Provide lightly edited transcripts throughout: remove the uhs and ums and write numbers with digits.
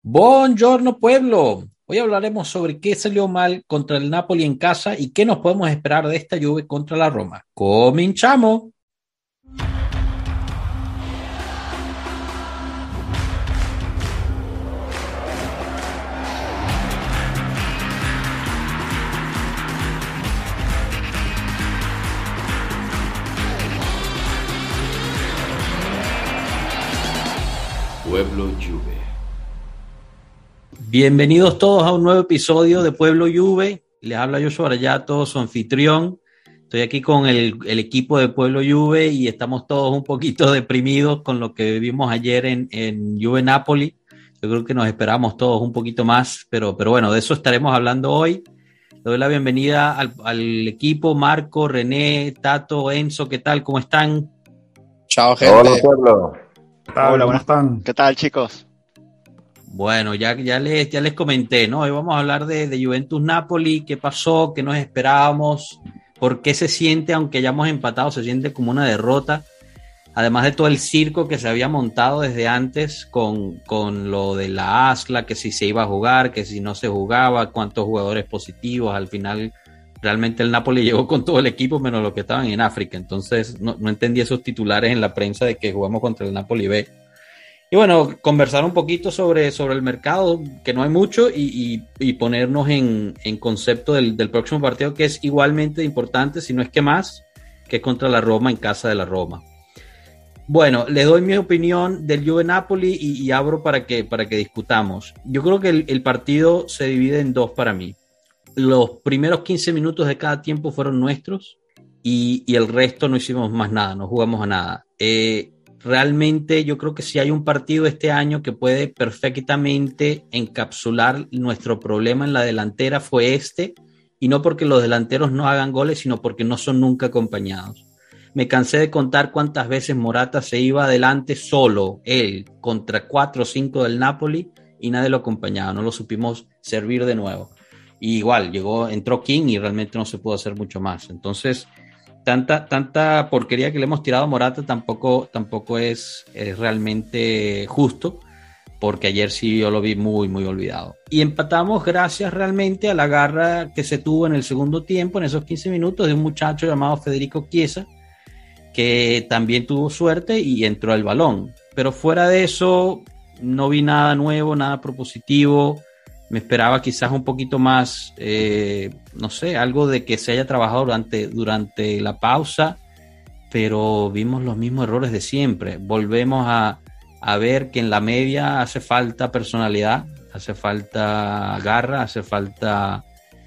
Buongiorno pueblo, hoy hablaremos sobre qué salió mal contra el Napoli en casa y qué nos podemos esperar de esta Juve contra la Roma. ¡Cominciamo! Pueblo Juve. Bienvenidos todos a un nuevo episodio de Pueblo Juve. Les habla Joshua Arayato, su anfitrión. Estoy aquí con el equipo de Pueblo Juve y estamos todos un poquito deprimidos con lo que vimos ayer en Juve Napoli. Yo creo que nos esperamos todos un poquito más, pero bueno, de eso estaremos hablando hoy. Le doy la bienvenida al equipo, Marco, René, Tato, Enzo, ¿qué tal? ¿Cómo están? Chao, gente. Hola, pueblo. Hola, ¿cómo están? ¿Qué tal, chicos? Bueno, ya les comenté, ¿no? Hoy vamos a hablar de Juventus Napoli, qué pasó, qué nos esperábamos, por qué se siente, aunque hayamos empatado, se siente como una derrota, además de todo el circo que se había montado desde antes con lo de la ASLA, que si se iba a jugar, que si no se jugaba, cuántos jugadores positivos, al final realmente el Napoli llegó con todo el equipo menos los que estaban en África, entonces no entendí esos titulares en la prensa de que jugamos contra el Napoli B. Y bueno, conversar un poquito sobre el mercado, que no hay mucho, y ponernos en concepto del próximo partido, que es igualmente importante, si no es que más, que es contra la Roma en casa de la Roma. Bueno, les doy mi opinión del Juve Napoli y abro para que discutamos. Yo creo que el partido se divide en dos para mí. Los primeros 15 minutos de cada tiempo fueron nuestros y el resto no hicimos más nada, no jugamos a nada. Realmente yo creo que si hay un partido este año que puede perfectamente encapsular nuestro problema en la delantera fue este, y no porque los delanteros no hagan goles, sino porque no son nunca acompañados. Me cansé de contar cuántas veces Morata se iba adelante solo, él, contra 4 o 5 del Napoli, y nadie lo acompañaba, no lo supimos servir de nuevo. Y igual, entró King y realmente no se pudo hacer mucho más. Entonces, tanta porquería que le hemos tirado a Morata tampoco es realmente justo, porque ayer sí yo lo vi muy, muy olvidado. Y empatamos gracias realmente a la garra que se tuvo en el segundo tiempo, en esos 15 minutos, de un muchacho llamado Federico Chiesa, que también tuvo suerte y entró al balón. Pero fuera de eso, no vi nada nuevo, nada propositivo. Me esperaba quizás un poquito más, no sé, algo de que se haya trabajado durante la pausa, pero vimos los mismos errores de siempre. Volvemos a ver que en la media hace falta personalidad, hace falta garra, hace falta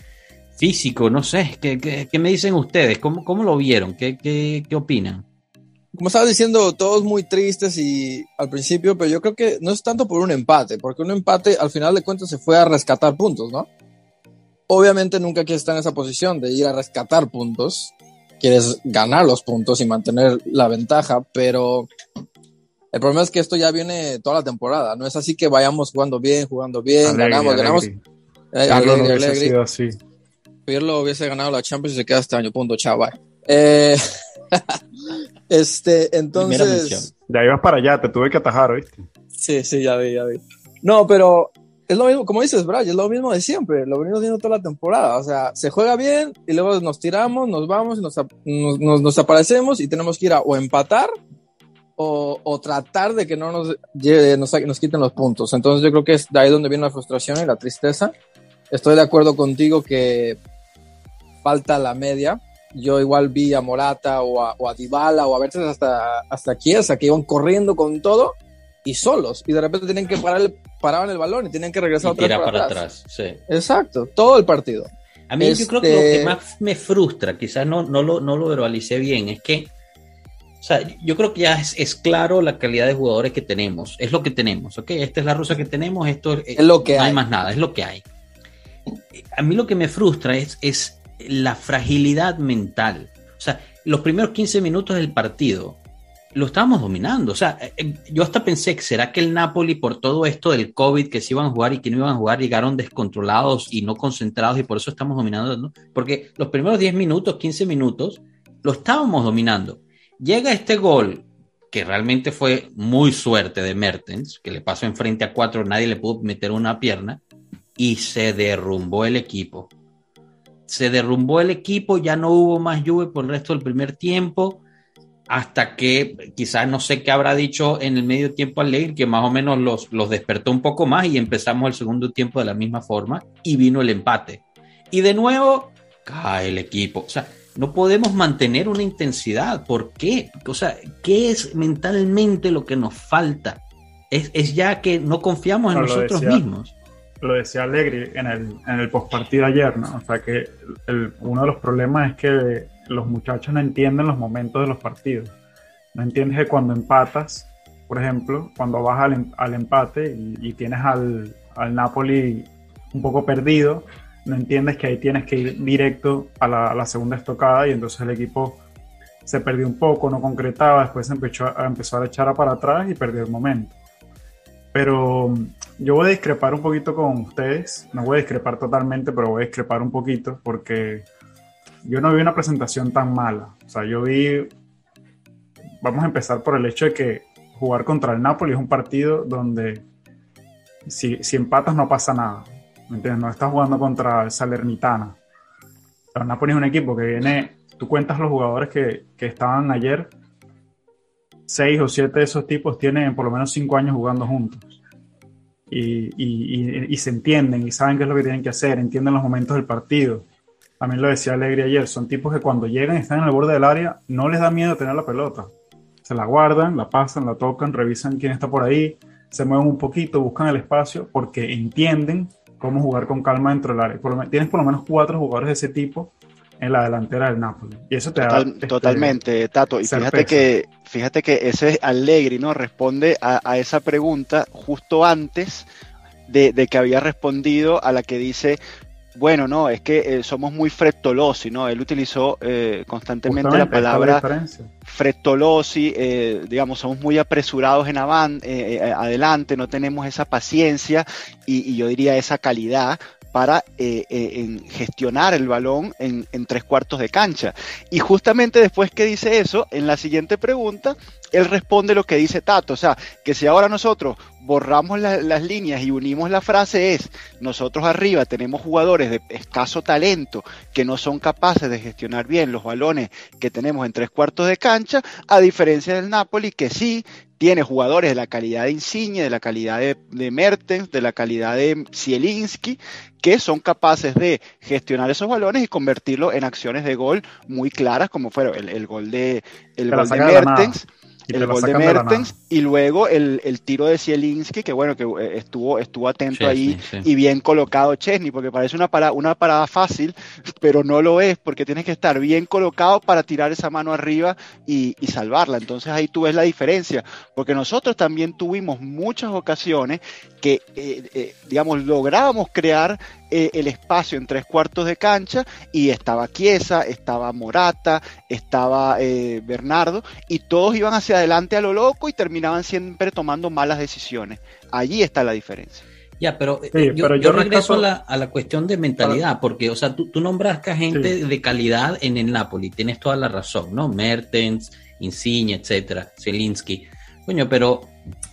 físico, no sé. ¿Qué me dicen ustedes? ¿Cómo lo vieron? ¿Qué opinan? Como estabas diciendo, todos muy tristes y al principio, pero yo creo que no es tanto por un empate, porque un empate al final de cuentas se fue a rescatar puntos, ¿no? Obviamente nunca quieres estar en esa posición de ir a rescatar puntos, quieres ganar los puntos y mantener la ventaja, pero el problema es que esto ya viene toda la temporada, no es así que vayamos jugando bien, ganamos. Alegre. Así. Pirlo hubiese ganado la Champions y se queda este año, punto, chaval. Entonces ya ibas para allá, te tuve que atajar, ¿oíste? Sí, ya vi. No, pero es lo mismo, como dices, Brian, es lo mismo de siempre, lo venimos viendo toda la temporada, o sea, se juega bien y luego nos tiramos, nos vamos y nos aparecemos y tenemos que ir a o empatar o tratar de que no nos quiten los puntos. Entonces yo creo que es de ahí donde viene la frustración y la tristeza. Estoy de acuerdo contigo que falta la media. Yo igual vi a Morata o a Dybala o a veces hasta Chiesa, que iban corriendo con todo y solos, y de repente tienen que paraban el balón y tienen que regresar otra vez para atrás. Sí. Exacto, todo el partido. A mí yo creo que lo que más me frustra, quizás no lo verbalicé bien, es que, o sea, yo creo que ya es claro la calidad de jugadores que tenemos, es lo que tenemos, ¿ok? Esta es la rusa que tenemos, esto es lo que no hay más nada, es lo que hay. A mí lo que me frustra es la fragilidad mental. O sea, los primeros 15 minutos del partido lo estábamos dominando. O sea, yo hasta pensé que será que el Napoli, por todo esto del COVID, que se iban a jugar y que no iban a jugar, llegaron descontrolados y no concentrados y por eso estamos dominando, ¿no? Porque los primeros 10 minutos, 15 minutos, lo estábamos dominando. Llega este gol que realmente fue muy suerte de Mertens, que le pasó enfrente a 4, nadie le pudo meter una pierna, y se derrumbó el equipo. Ya no hubo más Juve por el resto del primer tiempo, hasta que quizás no sé qué habrá dicho en el medio tiempo Allegri, que más o menos los despertó un poco más y empezamos el segundo tiempo de la misma forma y vino el empate. Y de nuevo cae el equipo. O sea, no podemos mantener una intensidad. ¿Por qué? O sea, ¿qué es mentalmente lo que nos falta? Es ya que no confiamos en nosotros mismos. Lo decía Allegri en el postpartido ayer, ¿no? O sea, que uno de los problemas es que los muchachos no entienden los momentos de los partidos. No entiendes que cuando empatas, por ejemplo, cuando vas al empate y tienes al Napoli un poco perdido, no entiendes que ahí tienes que ir directo a la segunda estocada, y entonces el equipo se perdió un poco, no concretaba, después empezó a echar para atrás y perdió el momento. Pero yo voy a discrepar un poquito con ustedes, no voy a discrepar totalmente, pero voy a discrepar un poquito porque yo no vi una presentación tan mala. O sea, vamos a empezar por el hecho de que jugar contra el Napoli es un partido donde si empatas no pasa nada, ¿me entiendes? No estás jugando contra el Salernitana. El Napoli es un equipo que viene, tú cuentas los jugadores que estaban ayer, 6 o 7 de esos tipos tienen por lo menos 5 años jugando juntos. Y se entienden y saben qué es lo que tienen que hacer, entienden los momentos del partido. También lo decía Allegri ayer, son tipos que cuando llegan y están en el borde del área, no les da miedo tener la pelota. Se la guardan, la pasan, la tocan, revisan quién está por ahí, se mueven un poquito, buscan el espacio, porque entienden cómo jugar con calma dentro del área. Tienes por lo menos 4 jugadores de ese tipo en la delantera del Napoli. Y eso te da... Totalmente, Tato. Y fíjate que ese Allegri, ¿no? Responde a esa pregunta justo antes de que había respondido a la que dice... Bueno, no, es que somos muy frettolosi, ¿no? Él utilizó constantemente la palabra frettolosi, digamos, somos muy apresurados en adelante, no tenemos esa paciencia y yo diría esa calidad para en gestionar el balón en 3/4 de cancha. Y justamente después que dice eso, en la siguiente pregunta, él responde lo que dice Tato, o sea, que si ahora nosotros borramos las líneas y unimos la frase nosotros arriba tenemos jugadores de escaso talento que no son capaces de gestionar bien los balones que tenemos en 3/4 de cancha, a diferencia del Napoli que sí tiene jugadores de la calidad de Insigne, de la calidad de Mertens, de la calidad de Zielinski, que son capaces de gestionar esos balones y convertirlos en acciones de gol muy claras, como fueron el gol de Mertens. El gol de Mertens y luego el tiro de Zielinski, que bueno, que estuvo atento Chesney, ahí sí. Y bien colocado Chesney, porque parece una parada fácil, pero no lo es, porque tienes que estar bien colocado para tirar esa mano arriba y salvarla. Entonces ahí tú ves la diferencia, porque nosotros también tuvimos muchas ocasiones que, digamos, lográbamos crear el espacio en 3/4 de cancha y estaba Chiesa, estaba Morata, estaba Bernardo y todos iban hacia adelante a lo loco y terminaban siempre tomando malas decisiones. Allí está la diferencia. Ya, pero, sí, yo regreso a la cuestión de mentalidad, porque, o sea, tú nombraste a gente de calidad en el Napoli, tienes toda la razón, ¿no? Mertens, Insigne, etcétera, Zielinski. Coño, pero,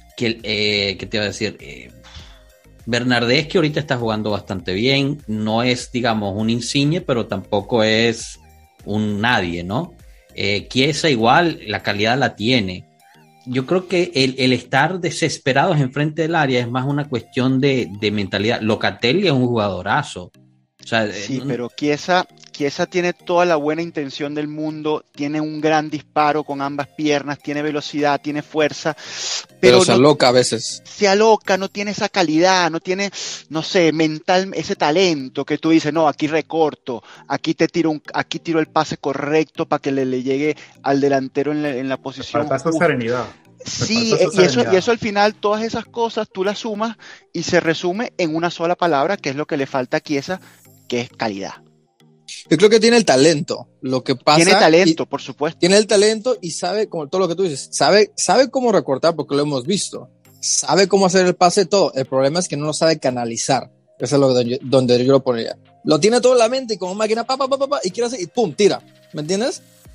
¿qué te iba a decir? Bernardeschi que ahorita está jugando bastante bien, no es, digamos, un Insigne, pero tampoco es un nadie, ¿no? Chiesa igual, la calidad la tiene. Yo creo que el estar desesperados enfrente del área es más una cuestión de mentalidad. Locatelli es un jugadorazo. O sea, sí, pero Chiesa tiene toda la buena intención del mundo, tiene un gran disparo con ambas piernas, tiene velocidad, tiene fuerza, pero se aloca a veces. Se aloca, no tiene esa calidad, no tiene, no sé, mental, ese talento que tú dices, no, aquí recorto, aquí tiro el pase correcto para que le llegue al delantero en la posición. Falta esa serenidad. Sí, y eso al final, todas esas cosas tú las sumas y se resume en una sola palabra, que es lo que le falta a Chiesa, que es calidad. Yo creo que tiene el talento. Lo que pasa. Tiene talento, por supuesto. Tiene el talento y sabe, como todo lo que tú dices, sabe cómo recortar porque lo hemos visto. Sabe cómo hacer el pase, todo. El problema es que no lo sabe canalizar. Eso es donde yo lo pondría. Lo tiene todo en la mente y como máquina, y quiere hacer, y pum, tira. ¿Me entiendes?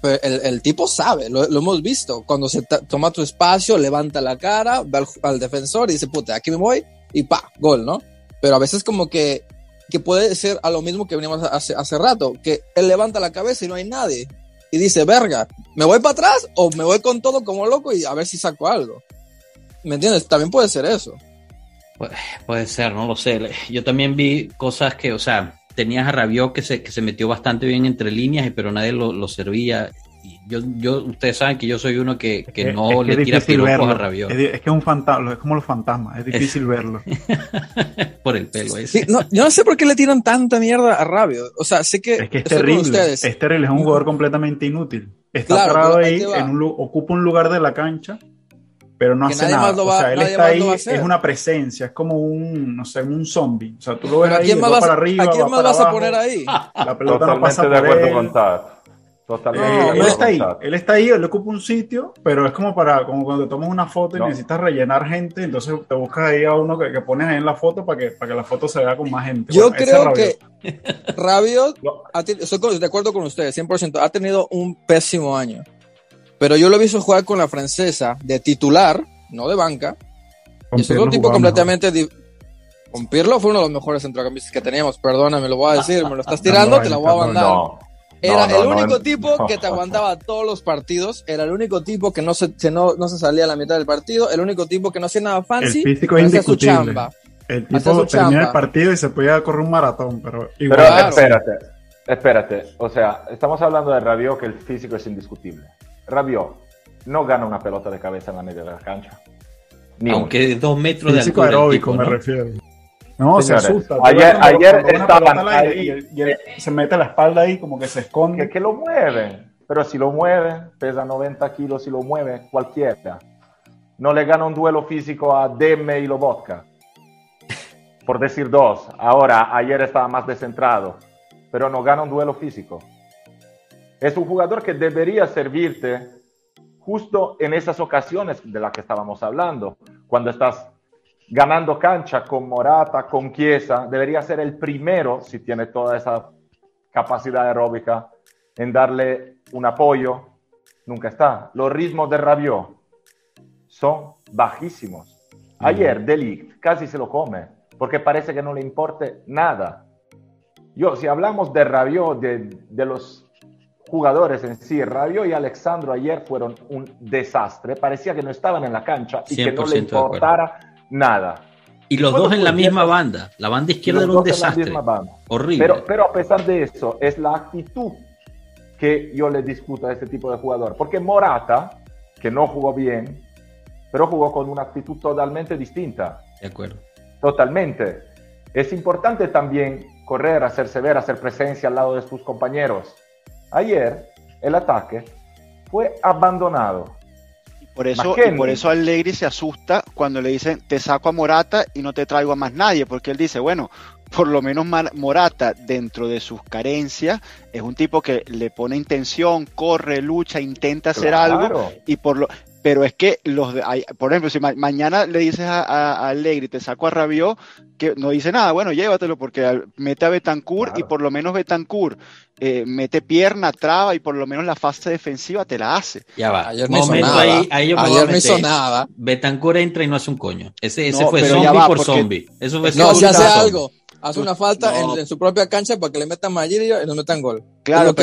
Pero el tipo sabe, lo hemos visto. Cuando se toma tu espacio, levanta la cara, ve al defensor y dice, puta, aquí me voy, y gol, ¿no? Pero a veces como que puede ser a lo mismo que venimos hace rato, que él levanta la cabeza y no hay nadie. Y dice, verga, ¿me voy para atrás o me voy con todo como loco y a ver si saco algo? ¿Me entiendes? También puede ser eso. Puede ser, no lo sé. Yo también vi cosas que, o sea, tenías a Rabiot que se metió bastante bien entre líneas, pero nadie lo servía. Ustedes saben que yo soy uno que no le tira piropos a Rabiot. Es que es un fantasma, es como los fantasmas, es difícil verlo. Por el pelo ese. Sí, no, yo no sé por qué le tiran tanta mierda a Rabiot. O sea, sé que es terrible, es terrible, es un jugador completamente inútil. Está parado ahí, ocupa un lugar de la cancha, pero no hace nada. O sea, él está ahí, es una presencia, es como un zombie. O sea, tú lo ves ahí, va para arriba, ¿a quién más vas abajo, a poner ahí? La pelota no pasa por él. Él está ahí, él ocupa un sitio, pero es como cuando te tomas una foto y necesitas rellenar gente, entonces te buscas ahí a uno que pones ahí en la foto para que la foto se vea con más gente. Yo creo que Rabiot, estoy de acuerdo con ustedes, 100%, ha tenido un pésimo año, pero yo lo he visto jugar con la francesa de titular, no de banca, y es otro tipo completamente... Con Pirlo fue uno de los mejores centrocampistas que teníamos, perdóname, lo voy a decir, me lo estás tirando, te la voy a mandar. Era el único tipo que te aguantaba todos los partidos, era el único tipo que no se salía a la mitad del partido, el único tipo que no hacía nada fancy, el físico es indiscutible. El tipo termina el partido y se podía correr un maratón, pero igual. Pero espérate, o sea, estamos hablando de Rabiot, que el físico es indiscutible. Rabiot no gana una pelota de cabeza en la media de la cancha. Aunque de 2 metros de altura. Físico aeróbico, tipo, ¿no? Me refiero. No, señores, se asusta. Ayer estaban ahí y él se mete la espalda ahí como que se esconde. Que lo mueven, pero si lo mueven, pesa 90 kilos, si lo mueve cualquiera. No le gana un duelo físico a Demme y Lobotka, por decir dos. Ahora, ayer estaba más descentrado, pero no gana un duelo físico. Es un jugador que debería servirte justo en esas ocasiones de las que estábamos hablando, cuando estás ganando cancha con Morata, con Chiesa, debería ser el primero, si tiene toda esa capacidad aeróbica, en darle un apoyo. Nunca está. Los ritmos de Rabiot son bajísimos. Ayer De Ligt casi se lo come, porque parece que no le importe nada. Si hablamos de Rabiot, de los jugadores en sí, Rabiot y Alexandro ayer fueron un desastre. Parecía que no estaban en la cancha y que no le importara nada. Y los dos en la misma banda. La banda izquierda era un desastre. Horrible. Pero a pesar de eso, es la actitud que yo le discuto a este tipo de jugador. Porque Morata, que no jugó bien, pero jugó con una actitud totalmente distinta. De acuerdo. Totalmente. Es importante también correr, hacerse ver, hacer presencia al lado de sus compañeros. Ayer, el ataque fue abandonado. Por eso Allegri se asusta cuando le dicen te saco a Morata y no te traigo a más nadie, porque él dice, bueno, por lo menos Morata, dentro de sus carencias, es un tipo que le pone intención, corre, lucha, intenta hacer algo, pero es que por ejemplo, si mañana le dices a Allegri te saco a Rabiot, que no dice nada, bueno, llévatelo, porque mete a Bentancur y por lo menos Bentancur mete pierna, traba y por lo menos la fase defensiva te la hace. Ya va. Ayer no hizo nada. Bentancur entra y no hace un coño. Ese fue zombie por zombie. Eso fue si hace algo. Hace una falta en su propia cancha para que le metan Maguire y nos metan gol. Claro,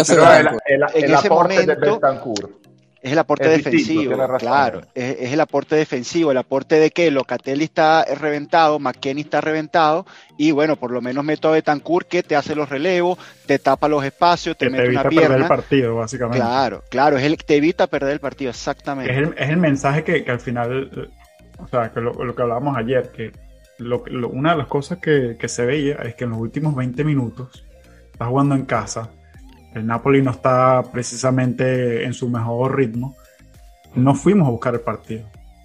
el aporte de Bentancur es el aporte defensivo, claro, es el aporte defensivo, el aporte de que Locatelli está reventado, McKennie está reventado, y bueno, por lo menos meto a Bentancur que te hace los relevos, te tapa los espacios, te mete una pierna. Te evita perder el partido, básicamente. Claro, te evita perder el partido, exactamente. Es el mensaje que al final, o sea, que lo que hablábamos ayer, que una de las cosas que se veía es que en los últimos 20 minutos, estás jugando en casa, el Napoli no está precisamente en su mejor ritmo, no fuimos a buscar el partido.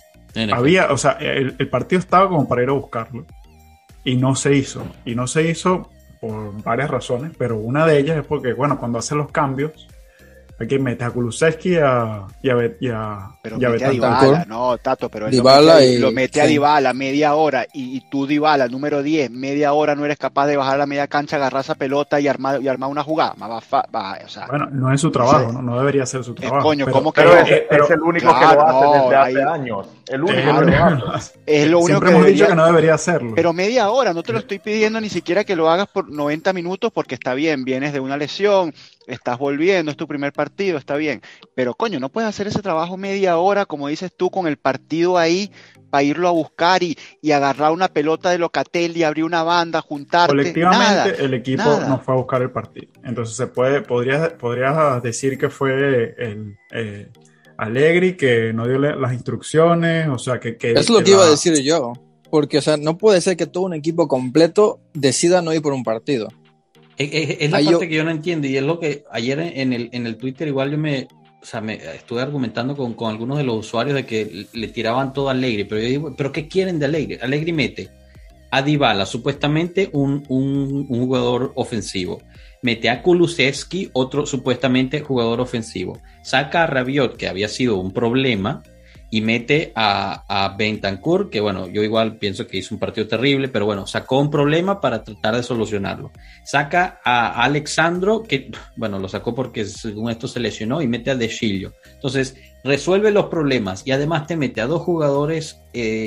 El partido estaba como para ir a buscarlo y no se hizo por varias razones, pero una de ellas es porque, bueno, cuando hace los cambios Aquí metes a Kulusevski y a Pero y a mete a Bentancur. Dybala, no, Tato, pero él Dybala lo mete a sí. Dybala media hora y tú Dybala, número 10, media hora no eres capaz de bajar a la media cancha, agarrar esa pelota y armar una jugada. O sea, Bueno, no es su trabajo, ¿no? No debería ser su trabajo. coño, ¿cómo que Pero no? es el único que claro, lo hace no, desde hace ahí- años. El único Es que lo lo único- hace. Es lo único Siempre que hemos dicho debería- que no debería hacerlo. Pero media hora, no te lo estoy pidiendo ni siquiera que lo hagas por 90 minutos porque está bien, vienes de una lesión, estás volviendo, es tu primer partido, está bien. Pero coño, no puedes hacer ese trabajo media hora, como dices tú, con el partido ahí para irlo a buscar y agarrar una pelota de Locatelli, abrir una banda, juntarte. Colectivamente Nada, el equipo nada. no fue a buscar el partido. Entonces podrías decir que fue el Allegri que no dio las instrucciones, o sea que Eso es lo que iba a decir yo. Porque, o sea, no puede ser que todo un equipo completo decida no ir por un partido. Es la parte que yo no entiendo, y es lo que ayer en el Twitter igual yo me estuve argumentando con algunos de los usuarios de que le tiraban todo a Allegri, pero yo digo, ¿pero qué quieren de Allegri? Allegri mete a Dybala, supuestamente un jugador ofensivo, mete a Kulusevski, otro supuestamente jugador ofensivo, saca a Rabiot, que había sido un problema, y mete a Bentancur, que bueno, yo igual pienso que hizo un partido terrible, pero bueno, sacó un problema para tratar de solucionarlo. Saca a Alexandro, que bueno, lo sacó porque según esto se lesionó, y mete a De Sciglio. Entonces, resuelve los problemas y además te mete a dos jugadores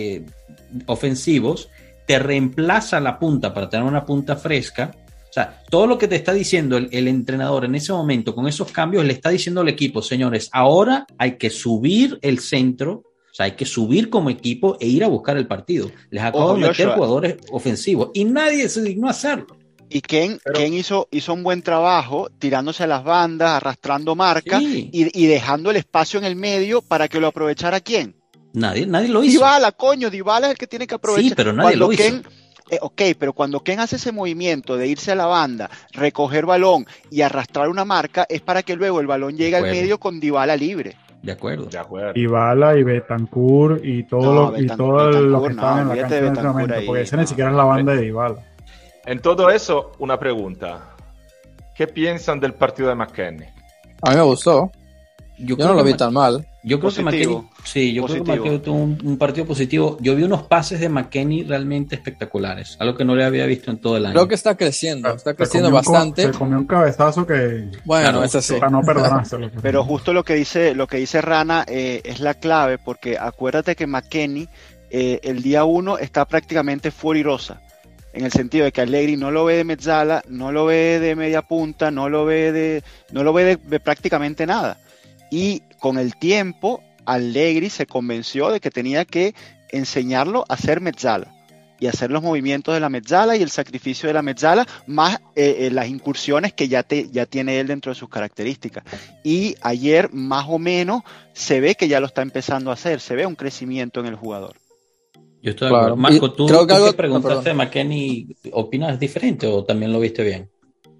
ofensivos, te reemplaza la punta para tener una punta fresca. O sea, todo lo que te está diciendo el entrenador en ese momento con esos cambios le está diciendo al equipo, señores, ahora hay que subir el centro, o sea, hay que subir como equipo e ir a buscar el partido. Les acabo de meter jugadores ofensivos y nadie se dignó a hacerlo. Y Ken hizo un buen trabajo tirándose a las bandas, arrastrando marca y dejando el espacio en el medio para que lo aprovechara ¿quién? Nadie lo hizo. Dybala es el que tiene que aprovechar. Sí, pero nadie lo hizo. Ok, pero cuando Ken hace ese movimiento de irse a la banda, recoger balón y arrastrar una marca, es para que luego el balón llegue al medio con Dybala libre. De acuerdo. Dybala y Bentancur y todo lo que estaban en la cancha en ese momento, porque esa ni siquiera es la banda de Dybala. En todo eso, una pregunta. ¿Qué piensan del partido de McKennie? A mí me gustó. Yo no lo vi tan mal. Yo creo que McKennie tuvo un partido positivo. Yo vi unos pases de McKennie realmente espectaculares, algo que no le había visto en todo el año. Creo que está creciendo bastante. Se comió un cabezazo que... Bueno, es así. Para no perdonárselo. Pero justo lo que dice Rana es la clave, porque acuérdate que McKennie el día 1 está prácticamente furirosa, en el sentido de que Allegri no lo ve de mezzala, no lo ve de media punta, no lo ve de prácticamente nada. Y con el tiempo, Allegri se convenció de que tenía que enseñarlo a hacer mezzala y hacer los movimientos de la mezzala y el sacrificio de la mezzala, más las incursiones que ya tiene él dentro de sus características. Y ayer, más o menos, se ve que ya lo está empezando a hacer, se ve un crecimiento en el jugador. Yo estoy de acuerdo. Marco, ¿tú que preguntaste a McKennie, opinas diferente o también lo viste bien?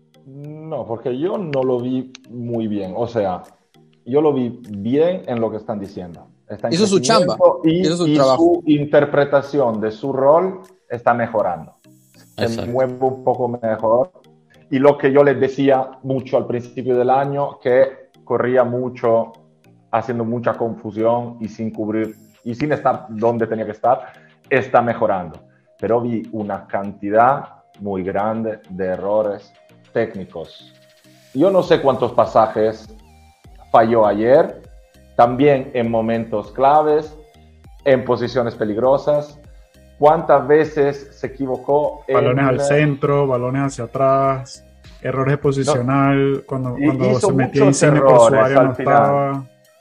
No, porque yo no lo vi muy bien. O sea, yo lo vi bien en lo que están diciendo. Hizo su chamba. Hizo su trabajo. Su interpretación de su rol está mejorando. Se mueve un poco mejor. Y lo que yo les decía mucho al principio del año, que corría mucho, haciendo mucha confusión y sin cubrir, y sin estar donde tenía que estar, está mejorando. Pero vi una cantidad muy grande de errores técnicos. Yo no sé cuántos pasajes falló ayer, también en momentos claves, en posiciones peligrosas. ¿Cuántas veces se equivocó? Balones al centro, balones hacia atrás, errores de posicional, cuando se metía Insigne por su área no estaba.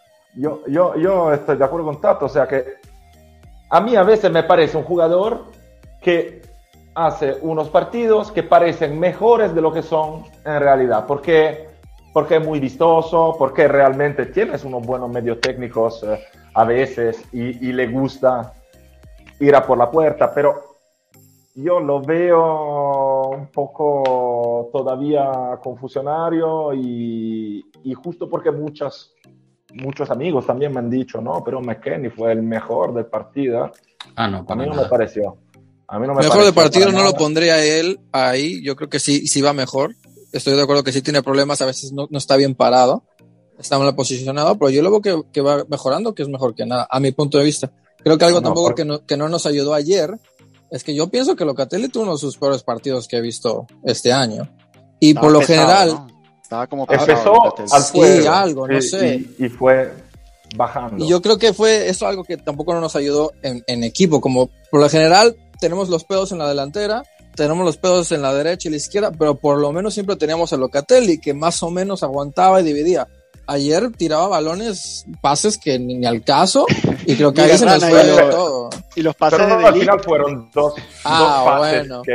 Yo estoy de acuerdo con Tato, o sea que a mí a veces me parece un jugador que hace unos partidos que parecen mejores de lo que son en realidad, porque es muy vistoso, porque realmente tienes unos buenos medios técnicos a veces y le gusta ir a por la puerta, pero yo lo veo un poco todavía confusionario y justo porque muchos amigos también me han dicho, no, pero McKennie fue el mejor del partido. A mí no me pareció. Mejor del partido no lo pondría a él ahí, yo creo que sí va mejor. Estoy de acuerdo que sí tiene problemas, a veces no está bien parado, está mal posicionado, pero yo lo veo que va mejorando, que es mejor que nada, a mi punto de vista. Creo que algo tampoco que no nos ayudó ayer es que yo pienso que Locatelli tuvo uno de sus peores partidos que he visto este año. Y Estaba por lo pesado, general... ¿no? Estaba como pesado. Empezó al Sí, fuego, algo, no sé. Y fue bajando. Y yo creo que fue eso algo que tampoco no nos ayudó en equipo. Como por lo general tenemos los pedos en la delantera, tenemos los pedos en la derecha y la izquierda, pero por lo menos siempre teníamos a Locatelli que más o menos aguantaba y dividía. Ayer tiraba balones, pases que ni al caso, y creo que ahí se nos fue todo. Y los pases Pero de al Delic. final fueron dos pases. Bueno.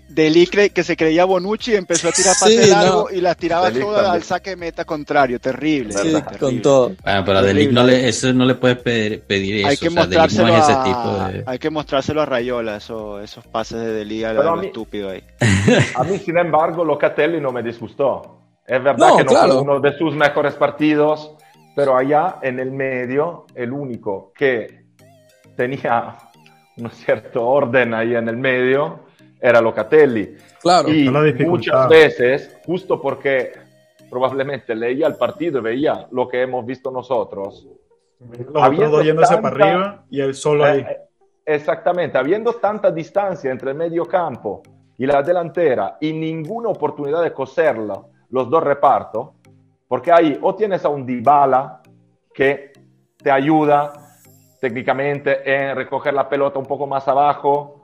Delic que se creía Bonucci y empezó a tirar pases largos y las tiraba Delic todas también. al saque meta contrario. Terrible. Sí, Verdad. terrible. con todo. Bueno, pero a Delic eso no le puedes pedir eso. Hay que o sea, Delic mostrárselo no es ese tipo de... hay que mostrárselo a Rayola, esos pases de Delic a Pero lo a mí- estúpido ahí. A mí, sin embargo, Locatelli no me disgustó. Es verdad No, que no claro. fue uno de sus mejores partidos, pero allá en el medio, el único que tenía un cierto orden ahí en el medio era Locatelli. Claro. Y Fue la dificultad. muchas veces, justo porque probablemente leía el partido y veía lo que hemos visto nosotros, Los otros dos yéndose para arriba y él solo ahí. Exactamente, habiendo tanta distancia entre el medio campo y la delantera y ninguna oportunidad de coserla, los dos repartos, porque ahí o tienes a un Dybala que te ayuda técnicamente en recoger la pelota un poco más abajo,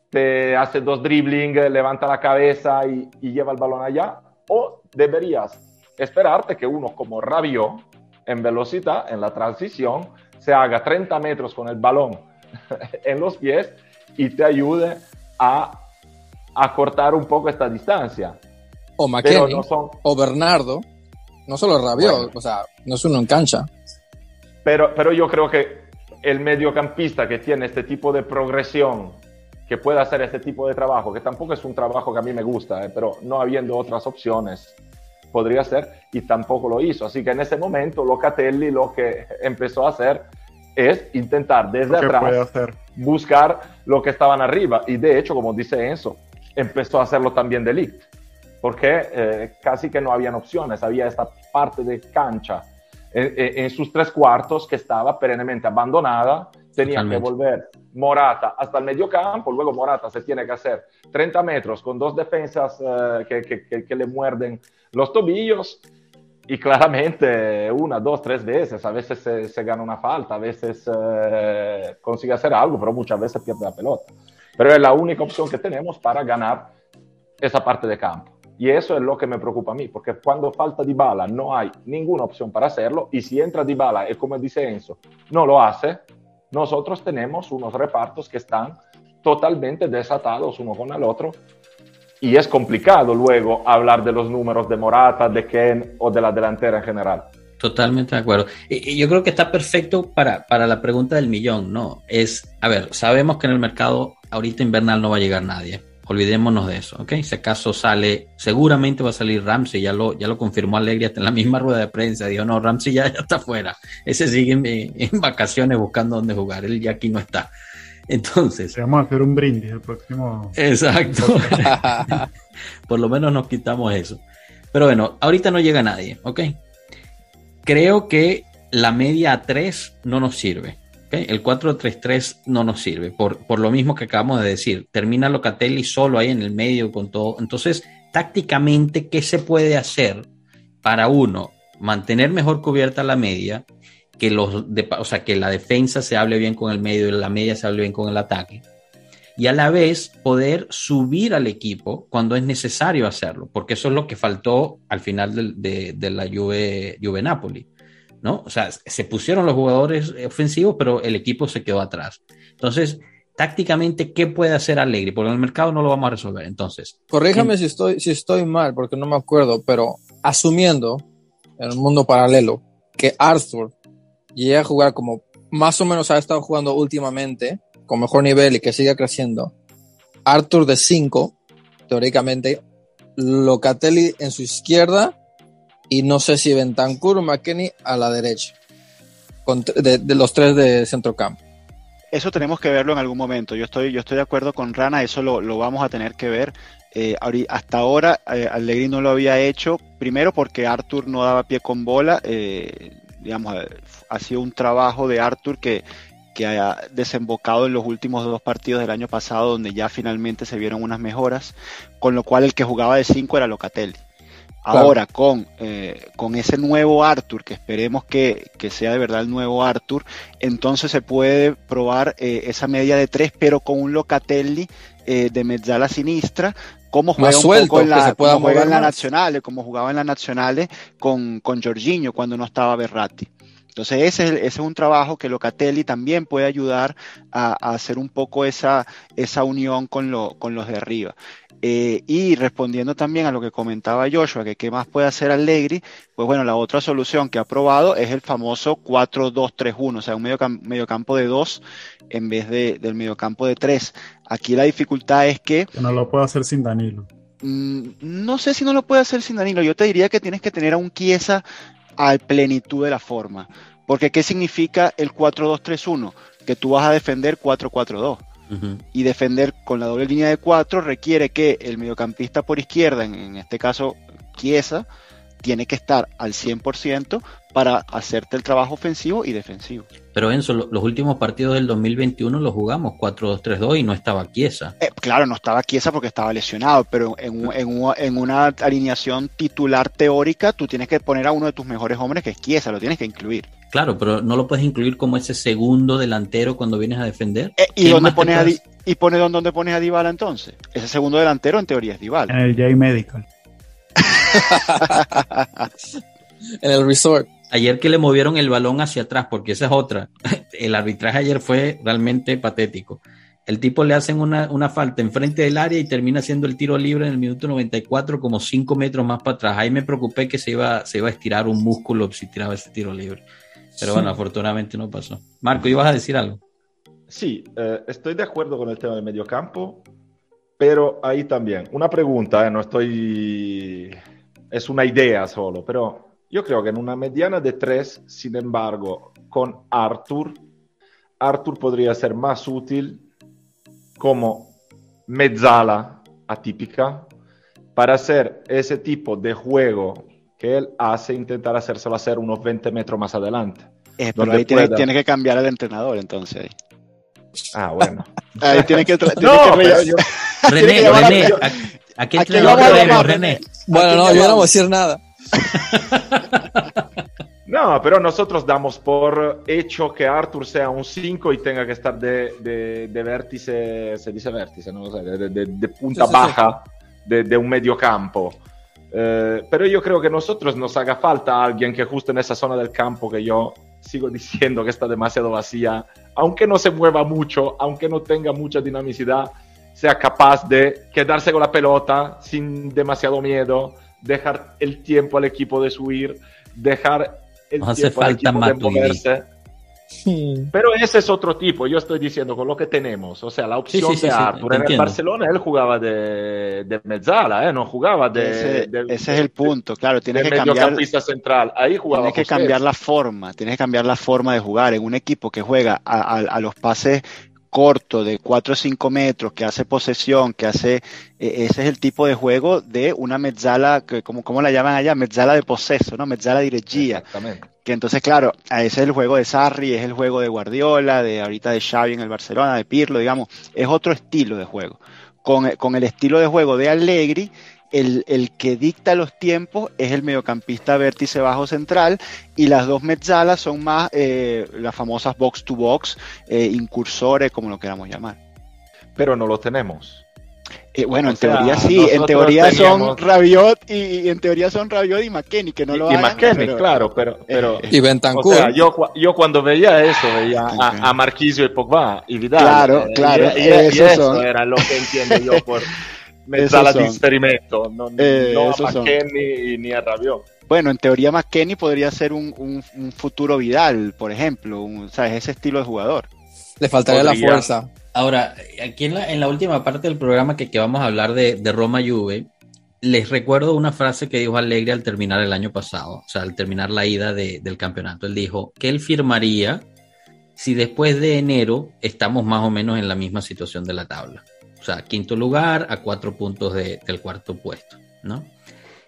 te hace dos dribbling, levanta la cabeza y lleva el balón allá, o deberías esperarte que uno como Rabiot en velocidad, en la transición, se haga 30 metros con el balón en los pies y te ayude a cortar un poco esta distancia. O Pero McKennie, no son, o Bernardo, no solo Rabiot, Bueno. o sea, no es uno en cancha. pero yo creo que el mediocampista que tiene este tipo de progresión, que puede hacer este tipo de trabajo, que tampoco es un trabajo que a mí me gusta, pero no habiendo otras opciones, podría ser, y tampoco lo hizo. Así que en ese momento Locatelli lo que empezó a hacer es intentar desde ¿Qué puede atrás hacer? buscar lo que estaban arriba. Y de hecho, como dice Enzo, empezó a hacerlo también de Ligt, porque casi que no habían opciones. Había esta parte de cancha en sus tres cuartos que estaba perennemente abandonada. Tenía Totalmente. que volver Morata hasta el mediocampo, luego Morata se tiene que hacer 30 metros con dos defensas que le muerden los tobillos, y claramente una, dos, tres veces, a veces se gana una falta, a veces consigue hacer algo, pero muchas veces pierde la pelota. Pero es la única opción que tenemos para ganar esa parte de campo. Y eso es lo que me preocupa a mí, porque cuando falta Dybala no hay ninguna opción para hacerlo, y si entra Dybala y, como dice Enzo, no lo hace, nosotros tenemos unos repartos que están totalmente desatados uno con el otro, y es complicado luego hablar de los números de Morata, de Ken o de la delantera en general. Totalmente de acuerdo. Y yo creo que está perfecto para la pregunta del millón, ¿no? A ver, sabemos que en el mercado ahorita invernal no va a llegar nadie. Olvidémonos de eso, ¿ok? Si acaso seguramente va a salir Ramsey, ya lo confirmó Allegri hasta en la misma rueda de prensa. Dijo, no, Ramsey ya está fuera. Ese sigue en vacaciones buscando dónde jugar. Él ya aquí no está. Entonces... Vamos a hacer un brindis el próximo... Exacto. Por lo menos nos quitamos eso. Pero bueno, ahorita no llega nadie, ¿ok? Creo que la media a 3 no nos sirve. ¿Okay? El 4-3-3 no nos sirve, por lo mismo que acabamos de decir. Termina Locatelli solo ahí en el medio con todo. Entonces, tácticamente, ¿qué se puede hacer para uno mantener mejor cubierta la media, que que la defensa se hable bien con el medio y la media se hable bien con el ataque, y a la vez poder subir al equipo cuando es necesario hacerlo? Porque eso es lo que faltó al final de la Juve Napoli, ¿no? O sea, se pusieron los jugadores ofensivos, pero el equipo se quedó atrás. Entonces, tácticamente, ¿qué puede hacer Allegri? Porque en el mercado no lo vamos a resolver. Entonces, Corríjame si estoy mal, porque no me acuerdo, pero asumiendo en un mundo paralelo que Arthur llegue a jugar como más o menos ha estado jugando últimamente, con mejor nivel y que siga creciendo, Arthur de 5, teóricamente, Locatelli en su izquierda, y no sé si Bentancur o McKennie a la derecha, de los tres de centrocampo. Eso tenemos que verlo en algún momento. Yo estoy de acuerdo con Rana, eso lo vamos a tener que ver. Hasta ahora Allegri no lo había hecho primero porque Arthur no daba pie con bola, digamos, ha sido un trabajo de Arthur que ha desembocado en los últimos 2 partidos del año pasado, donde ya finalmente se vieron unas mejoras, con lo cual el que jugaba de 5 era Locatelli. Ahora, con ese nuevo Arthur, que esperemos que sea de verdad el nuevo Arthur, entonces se puede probar esa media de 3, pero con un Locatelli de mezzala sinistra, como juega un poco en la Nazionale, como jugaba en la Nazionale con Jorginho cuando no estaba Verratti. Entonces ese es un trabajo que Locatelli también puede ayudar a hacer un poco esa unión con los de arriba. Y respondiendo también a lo que comentaba Joshua, que qué más puede hacer Allegri, pues bueno, la otra solución que ha probado es el famoso 4-2-3-1, o sea, un mediocampo de 2 en vez del mediocampo de 3. Aquí la dificultad es que no lo puede hacer sin Danilo. No sé si no lo puede hacer sin Danilo. Yo te diría que tienes que tener a un Chiesa a plenitud de la forma. Porque ¿qué significa el 4-2-3-1? Que tú vas a defender 4-4-2. Y defender con la doble línea de 4 requiere que el mediocampista por izquierda, en este caso Chiesa, tiene que estar al 100% para hacerte el trabajo ofensivo y defensivo. Pero Enzo, los últimos partidos del 2021 los jugamos 4-2-3-2 y no estaba Chiesa. Claro, no estaba Chiesa porque estaba lesionado, pero en una alineación titular teórica tú tienes que poner a uno de tus mejores hombres, que es Chiesa, lo tienes que incluir. Claro, pero no lo puedes incluir como ese segundo delantero cuando vienes a defender. ¿Y dónde pones dónde pones a Dybala entonces? Ese segundo delantero en teoría es Dybala. En el J Medical. En el resort. Ayer que le movieron el balón hacia atrás, porque esa es otra. El arbitraje ayer fue realmente patético. El tipo le hacen una falta enfrente del área y termina haciendo el tiro libre en el minuto 94, como 5 metros más para atrás. Ahí me preocupé que se iba a estirar un músculo si tiraba ese tiro libre. Pero bueno, afortunadamente no pasó. Marco, ¿ibas a decir algo? Sí, estoy de acuerdo con el tema del mediocampo, pero ahí también. Una pregunta, no estoy... Es una idea solo, pero yo creo que en una mediana de 3, sin embargo, con Arthur podría ser más útil como mezzala atípica para hacer ese tipo de juego que él hace, intentar hacérselo hacer unos 20 metros más adelante. Pero ahí tienes que cambiar al entrenador, entonces. Ah, bueno. Ahí tiene que... René, ¿a qué entrenador tenemos, René? Bueno, no, yo no voy a decir nada. No, pero nosotros damos por hecho que Arthur sea un 5 y tenga que estar de vértice, se dice vértice, no lo sé, de punta baja de un mediocampo. Pero yo creo que nosotros nos haga falta alguien que justo en esa zona del campo que yo sigo diciendo que está demasiado vacía, aunque no se mueva mucho, aunque no tenga mucha dinamicidad, sea capaz de quedarse con la pelota sin demasiado miedo, dejar el tiempo al equipo de subir, dejar el tiempo al equipo de moverse. Pero ese es otro tipo, yo estoy diciendo con lo que tenemos, o sea, la opción de Arthur en el Barcelona, él jugaba de mezzala, no jugaba ese es el punto, claro, tienes que cambiar mediocampista central, ahí jugaba. Tienes que cambiar la forma de jugar en un equipo que juega a los pases corto de 4 o 5 metros, que hace posesión, que hace ese es el tipo de juego de una mezzala, que ¿cómo la llaman allá? Mezzala de posseso, ¿no? Mezzala di regia. Exactamente. Que entonces, claro, ese es el juego de Sarri, es el juego de Guardiola, de ahorita de Xavi en el Barcelona, de Pirlo, digamos, es otro estilo de juego. Con el estilo de juego de Allegri, el que dicta los tiempos es el mediocampista vértice bajo central, y las dos mezzalas son más las famosas box to box, incursores, como lo queramos llamar. Pero no lo tenemos. Bueno, en teoría sí, en teoría son Rabiot y McKennie, que no lo hagan. Y McKennie, claro, pero y Bentancur. O sea, yo cuando veía eso, veía a Marquisio y Pogba y Vidal. Claro. Y eso era lo que entiendo yo por mezzala di experimento, no a McKennie ni a Rabiot. Bueno, en teoría McKennie podría ser un futuro Vidal, por ejemplo, ¿sabes? Ese estilo de jugador. Le faltaría la fuerza. Ahora, aquí en la última parte del programa que vamos a hablar de Roma Juve, les recuerdo una frase que dijo Allegri al terminar el año pasado, o sea, al terminar la ida del campeonato. Él dijo que él firmaría si después de enero estamos más o menos en la misma situación de la tabla. O sea, quinto lugar a 4 puntos del cuarto puesto, ¿no?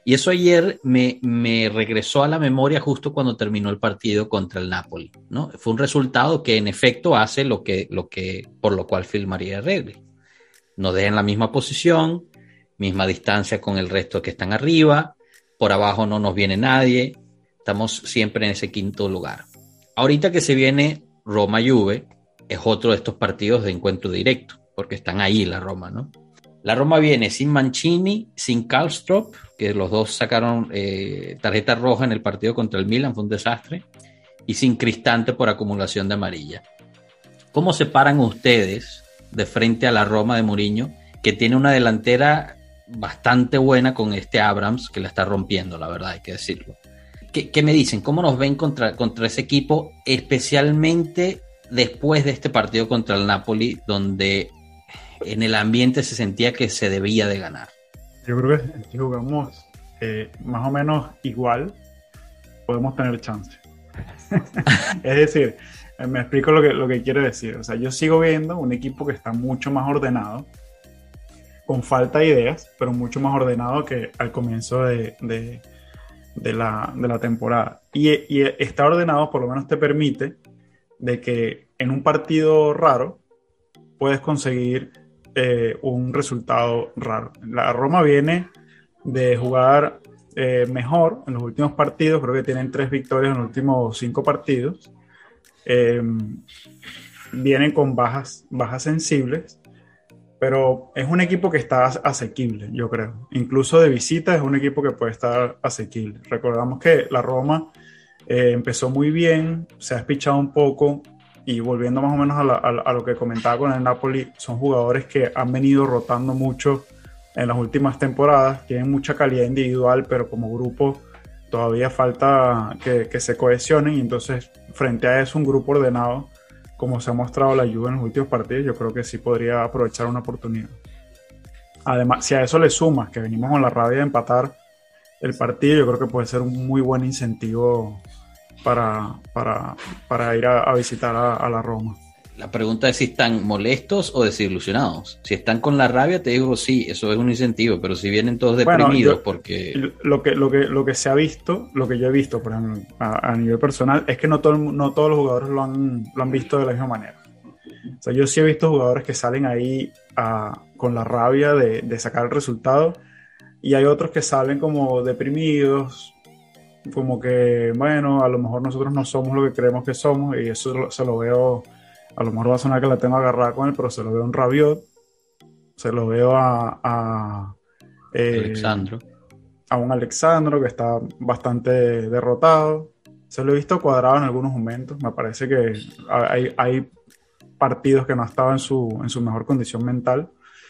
Y eso ayer me regresó a la memoria justo cuando terminó el partido contra el Napoli, ¿no? Fue un resultado que en efecto hace por lo cual firmaría Allegri. Nos deja en la misma posición, misma distancia con el resto que están arriba, por abajo no nos viene nadie, estamos siempre en ese quinto lugar. Ahorita que se viene Roma-Juve, es otro de estos partidos de encuentro directo, porque están ahí la Roma, ¿no? La Roma viene sin Mancini, sin Kahlström, que los dos sacaron tarjeta roja en el partido contra el Milan, fue un desastre, y sin Cristante por acumulación de amarilla. ¿Cómo se paran ustedes de frente a la Roma de Mourinho, que tiene una delantera bastante buena con este Abrams, que la está rompiendo, la verdad, hay que decirlo? ¿Qué me dicen? ¿Cómo nos ven contra ese equipo, especialmente después de este partido contra el Napoli, donde en el ambiente se sentía que se debía de ganar? Yo creo que si jugamos más o menos igual, podemos tener chance. Es decir, me explico lo que quiero decir. O sea, yo sigo viendo un equipo que está mucho más ordenado, con falta de ideas, pero mucho más ordenado que al comienzo de la temporada. Y está ordenado, por lo menos te permite de que en un partido raro puedes conseguir un resultado raro. La Roma viene de jugar mejor en los últimos partidos, creo que tienen 3 victorias en los últimos 5 partidos. Vienen con bajas sensibles, pero es un equipo que está asequible, yo creo. Incluso de visita es un equipo que puede estar asequible. Recordamos que la Roma empezó muy bien, se ha espichado un poco, y volviendo más o menos a lo que comentaba con el Napoli, son jugadores que han venido rotando mucho en las últimas temporadas, tienen mucha calidad individual, pero como grupo todavía falta que se cohesionen, y entonces frente a eso un grupo ordenado, como se ha mostrado la Juve en los últimos partidos, yo creo que sí podría aprovechar una oportunidad. Además, si a eso le sumas que venimos con la rabia de empatar el partido, yo creo que puede ser un muy buen incentivo para ir a visitar a la Roma. La pregunta es si están molestos o desilusionados. Si están con la rabia, te digo sí, eso es un incentivo, pero si vienen todos deprimidos, porque lo que se ha visto, lo que yo he visto, por ejemplo, a nivel personal, es que no todos los jugadores lo han visto de la misma manera. O sea, yo sí he visto jugadores que salen ahí con la rabia de sacar el resultado, y hay otros que salen como deprimidos, como que, bueno, a lo mejor nosotros no somos lo que creemos que somos, y eso se lo veo. A lo mejor va a sonar que la tengo agarrada con él, pero se lo veo a un Rabiot, se lo veo a un Alexandro que está bastante derrotado. Se lo he visto cuadrado en algunos momentos. Me parece que hay partidos que no estaba en su mejor condición mental.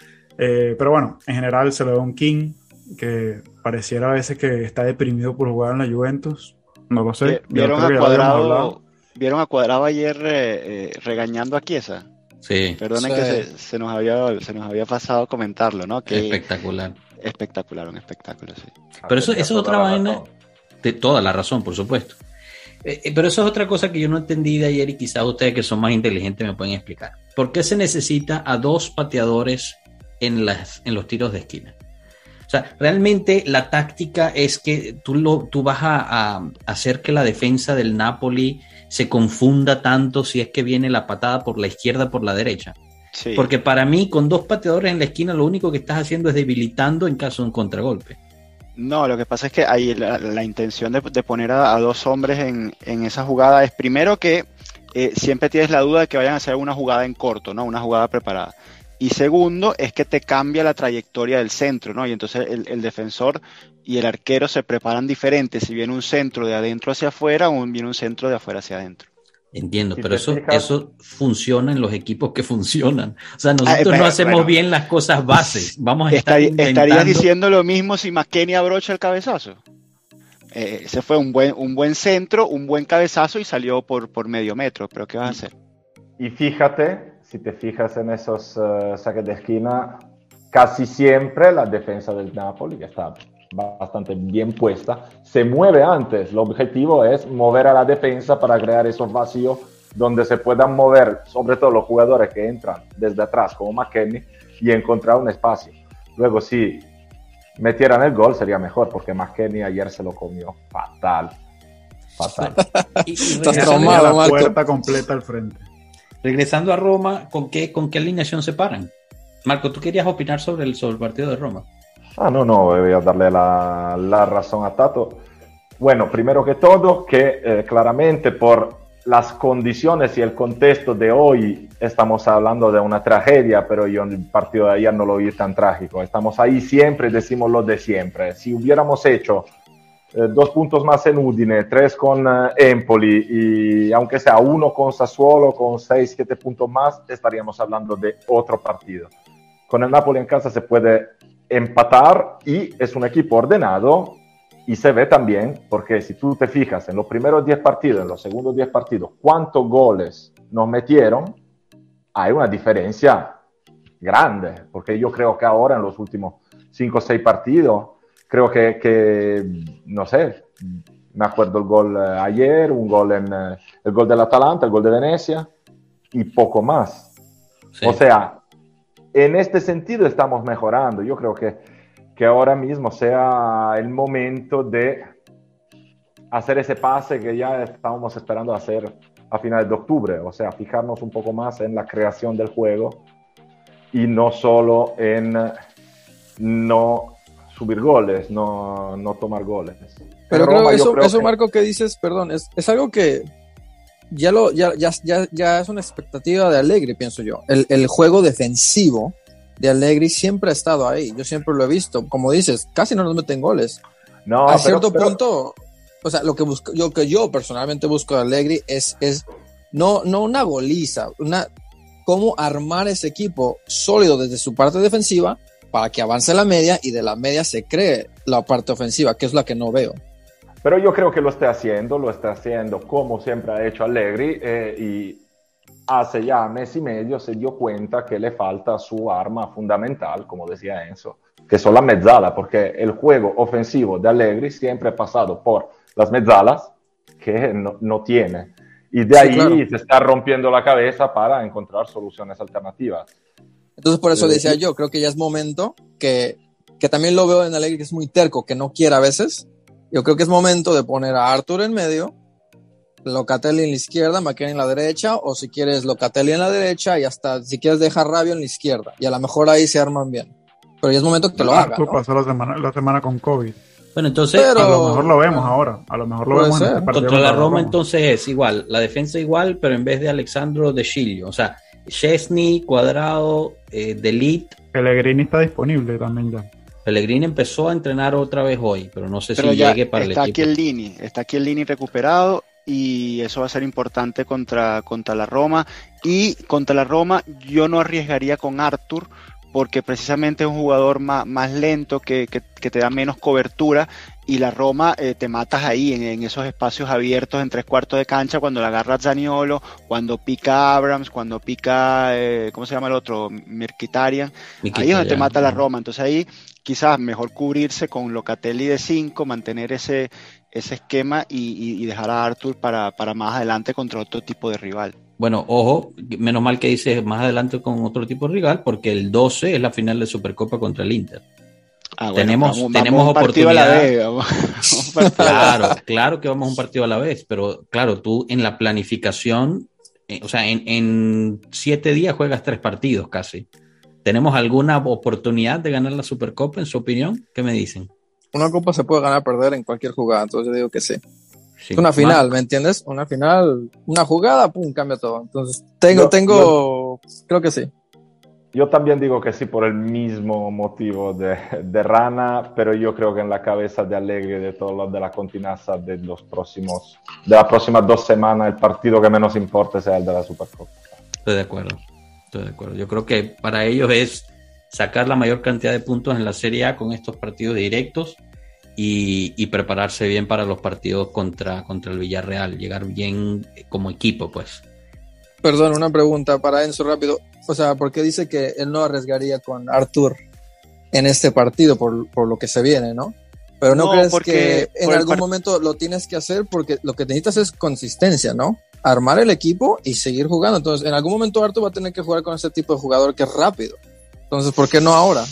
Pero bueno, en general se lo veo a un King que pareciera a veces que está deprimido por jugar en la Juventus. No lo sé. ¿Vieron a Cuadrado? ¿Vieron a Cuadrado ayer regañando a Chiesa? Sí. Perdonen que se nos había pasado comentarlo, ¿no? Que espectacular. Espectacular, un espectáculo, sí. Pero eso es otra vaina, de toda la razón, por supuesto. Pero eso es otra cosa que yo no entendí de ayer, y quizás ustedes que son más inteligentes me pueden explicar. ¿Por qué se necesita a 2 pateadores en los tiros de esquina? O sea, realmente la táctica es que tú vas a hacer que la defensa del Napoli se confunda tanto si es que viene la patada por la izquierda o por la derecha. Sí. Porque para mí, con 2 pateadores en la esquina, lo único que estás haciendo es debilitando en caso de un contragolpe. No, lo que pasa es que ahí la intención de poner a 2 hombres en esa jugada es, primero, que siempre tienes la duda de que vayan a hacer una jugada en corto, ¿no? Una jugada preparada. Y segundo, es que te cambia la trayectoria del centro, ¿no? Y entonces el defensor y el arquero se preparan diferentes, si viene un centro de adentro hacia afuera o viene un centro de afuera hacia adentro. Entiendo, pero eso funciona en los equipos que funcionan. O sea, nosotros no hacemos bien las cosas bases. Vamos a estar inventando. ¿Estarías diciendo lo mismo si McKennie abrocha el cabezazo? Ese fue un buen centro, un buen cabezazo y salió por medio metro. ¿Pero qué vas a hacer? Y fíjate, si te fijas en esos saques de esquina, casi siempre la defensa del Napoli, que está bastante bien puesta, se mueve antes. El objetivo es mover a la defensa para crear esos vacíos donde se puedan mover, sobre todo los jugadores que entran desde atrás, como McKennie, y encontrar un espacio. Luego, si metieran el gol sería mejor, porque McKennie ayer se lo comió fatal. Estás traumado, la puerta completa al frente. Regresando a Roma, ¿con qué alineación se paran? Marco, ¿tú querías opinar sobre el partido de Roma? No, voy a darle la razón a Tato. Bueno, primero que todo, que claramente por las condiciones y el contexto de hoy estamos hablando de una tragedia, pero yo el partido de ayer no lo vi tan trágico. Estamos ahí siempre, decimos lo de siempre. Si hubiéramos hecho 2 puntos más en Udine, 3 con Empoli y aunque sea 1 con Sassuolo, con 6-7 puntos más, estaríamos hablando de otro partido. Con el Napoli en casa se puede empatar y es un equipo ordenado y se ve también, porque si tú te fijas en los primeros 10 partidos, en los segundos 10 partidos, cuántos goles nos metieron, hay una diferencia grande, porque yo creo que ahora en los últimos 5 o 6 partidos, creo que no sé, me acuerdo el gol ayer, un gol el gol del Atalanta, el gol de Venecia y poco más. Sí. O sea, en este sentido estamos mejorando. Yo creo que ahora mismo sea el momento de hacer ese pase que ya estábamos esperando hacer a finales de octubre. O sea, fijarnos un poco más en la creación del juego y no solo en no subir goles, no tomar goles. Pero creo eso, Marco, que dices, perdón, es algo que ya es una expectativa de Allegri, pienso yo. El juego defensivo de Allegri siempre ha estado ahí. Yo siempre lo he visto. Como dices, casi no nos meten goles. No, a cierto punto, o sea, lo que busco, yo personalmente busco de Allegri es no una goliza, cómo armar ese equipo sólido desde su parte defensiva para que avance la media y de la media se cree la parte ofensiva, que es la que no veo. Pero yo creo que lo está haciendo como siempre ha hecho Allegri y hace ya mes y medio se dio cuenta que le falta su arma fundamental, como decía Enzo, que son las mezzalas, porque el juego ofensivo de Allegri siempre ha pasado por las mezzalas que no tiene. Y de ahí claro, se está rompiendo la cabeza para encontrar soluciones alternativas. Entonces por eso decía yo, creo que ya es momento que también lo veo en Allegri, que es muy terco, que no quiere a veces. Yo creo que es momento de poner a Arthur en medio, Locatelli en la izquierda, McKennie en la derecha, o si quieres Locatelli en la derecha y hasta si quieres dejar Rabiot en la izquierda. Y a lo mejor ahí se arman bien. Pero ya es momento que lo haga, ¿no? Pasó la semana con COVID. Bueno, entonces a lo mejor lo vemos ahora. A lo mejor lo vemos en este partido. Contra la Roma entonces es igual. La defensa igual, pero en vez de Alexandro, De Sciglio. O sea, Szczesny, Cuadrado, De Ligt. Pellegrini está disponible también ya. Pellegrini empezó a entrenar otra vez hoy, pero no sé si llegue para el equipo. Está aquí el Lini recuperado y eso va a ser importante contra la Roma. Y contra la Roma yo no arriesgaría con Arthur, porque precisamente es un jugador más lento que te da menos cobertura, y la Roma te matas ahí en esos espacios abiertos en 3/4 de cancha cuando la agarra Zaniolo, cuando pica Abrams, cuando pica ¿cómo se llama el otro? Mkhitaryan. Ahí es donde te mata la Roma. Entonces ahí quizás mejor cubrirse con Locatelli de 5, mantener ese esquema y dejar a Arthur para más adelante contra otro tipo de rival. Bueno, ojo, menos mal que dices más adelante con otro tipo de rival, porque el 12 es la final de Supercopa contra el Inter. Bueno, tenemos oportunidad. Claro que vamos a un partido a la vez, pero claro, tú en la planificación, o sea, en 7 días juegas 3 partidos casi. ¿Tenemos alguna oportunidad de ganar la Supercopa, en su opinión? ¿Qué me dicen? Una copa se puede ganar o perder en cualquier jugada, entonces yo digo que sí. Sí, una final, ¿me entiendes? Una final, una jugada, pum, cambia todo. Entonces, creo que sí. Yo también digo que sí por el mismo motivo de Rana, pero yo creo que en la cabeza de Allegri, de todos los de la continaza de las próximas 2 semanas, el partido que menos importa sea el de la Supercopa. Estoy de acuerdo. Yo creo que para ellos es sacar la mayor cantidad de puntos en la Serie A con estos partidos directos y prepararse bien para los partidos contra el Villarreal, llegar bien como equipo, pues. Perdón, una pregunta para Enzo rápido. O sea, ¿por qué dice que él no arriesgaría con Arthur en este partido por lo que se viene, no? Pero ¿no crees que en algún momento lo tienes que hacer? Porque lo que necesitas es consistencia, ¿no? Armar el equipo y seguir jugando. Entonces, en algún momento Arthur va a tener que jugar con ese tipo de jugador que es rápido. Entonces, ¿por qué no ahora?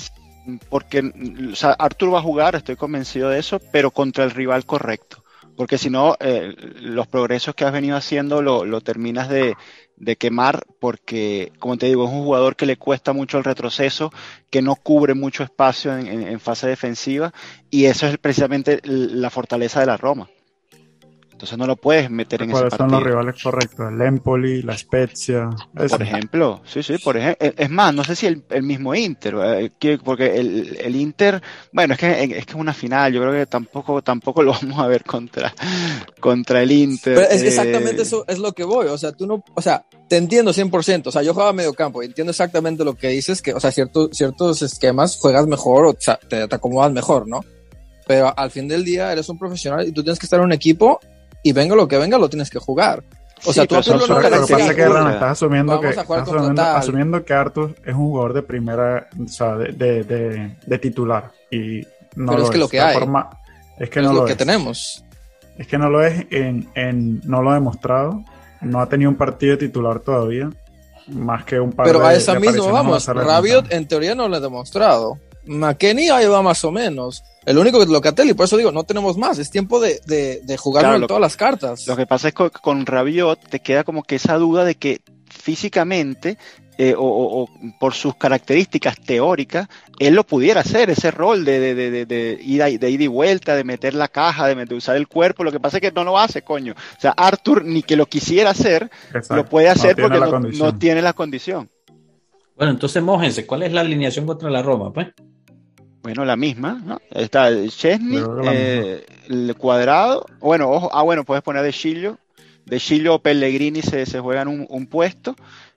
porque o sea, Arthur va a jugar, estoy convencido de eso, pero contra el rival correcto. Porque si no, los progresos que has venido haciendo lo terminas de quemar, porque, como te digo, es un jugador que le cuesta mucho el retroceso, que no cubre mucho espacio en fase defensiva, y eso es precisamente la fortaleza de la Roma. Entonces no lo puedes meter en ese partido. ¿Cuáles son los rivales correctos? El Empoli, la Spezia. Por ejemplo, sí, por ejemplo. Es más, no sé si el mismo Inter, porque el Inter, bueno, es que es una final, yo creo que tampoco lo vamos a ver contra el Inter. Pero es que exactamente eso es lo que voy, o sea, te entiendo 100%, o sea, yo jugaba medio campo y entiendo exactamente lo que dices, que, o sea, ciertos esquemas juegas mejor, o sea, te acomodas mejor, ¿no? Pero al fin del día eres un profesional y tú tienes que estar en un equipo y venga lo que venga, lo tienes que jugar. O sea, tú a Arthur no le decías, lo que pasa es que estás asumiendo que Arthur es un jugador de primera, o sea, de titular. Y no pero lo es que lo que hay. Es que no lo que es. tenemos. Es que no lo es, no lo ha demostrado. No ha tenido un partido de titular todavía. Más que un par pero de a esa misma vamos. Rabiot en teoría no lo ha demostrado. McKennie ahí va más o menos. El único que es Locatelli, por eso digo, no tenemos más. Es tiempo de jugarlo en todas las cartas. Lo que pasa es que con Rabiot te queda como que esa duda de que físicamente o por sus características teóricas, él lo pudiera hacer, ese rol de ida y vuelta, de meter la caja, de usar el cuerpo. Lo que pasa es que no lo hace, coño. O sea, Arthur, ni que lo quisiera hacer, exacto, lo puede hacer porque no tiene la condición. Bueno, entonces mójense, ¿cuál es la alineación contra la Roma, pues? Bueno, la misma, ¿no? Está Chesney, el Cuadrado. Bueno, ojo, puedes poner De Sciglio. De Sciglio o Pellegrini se juegan un puesto.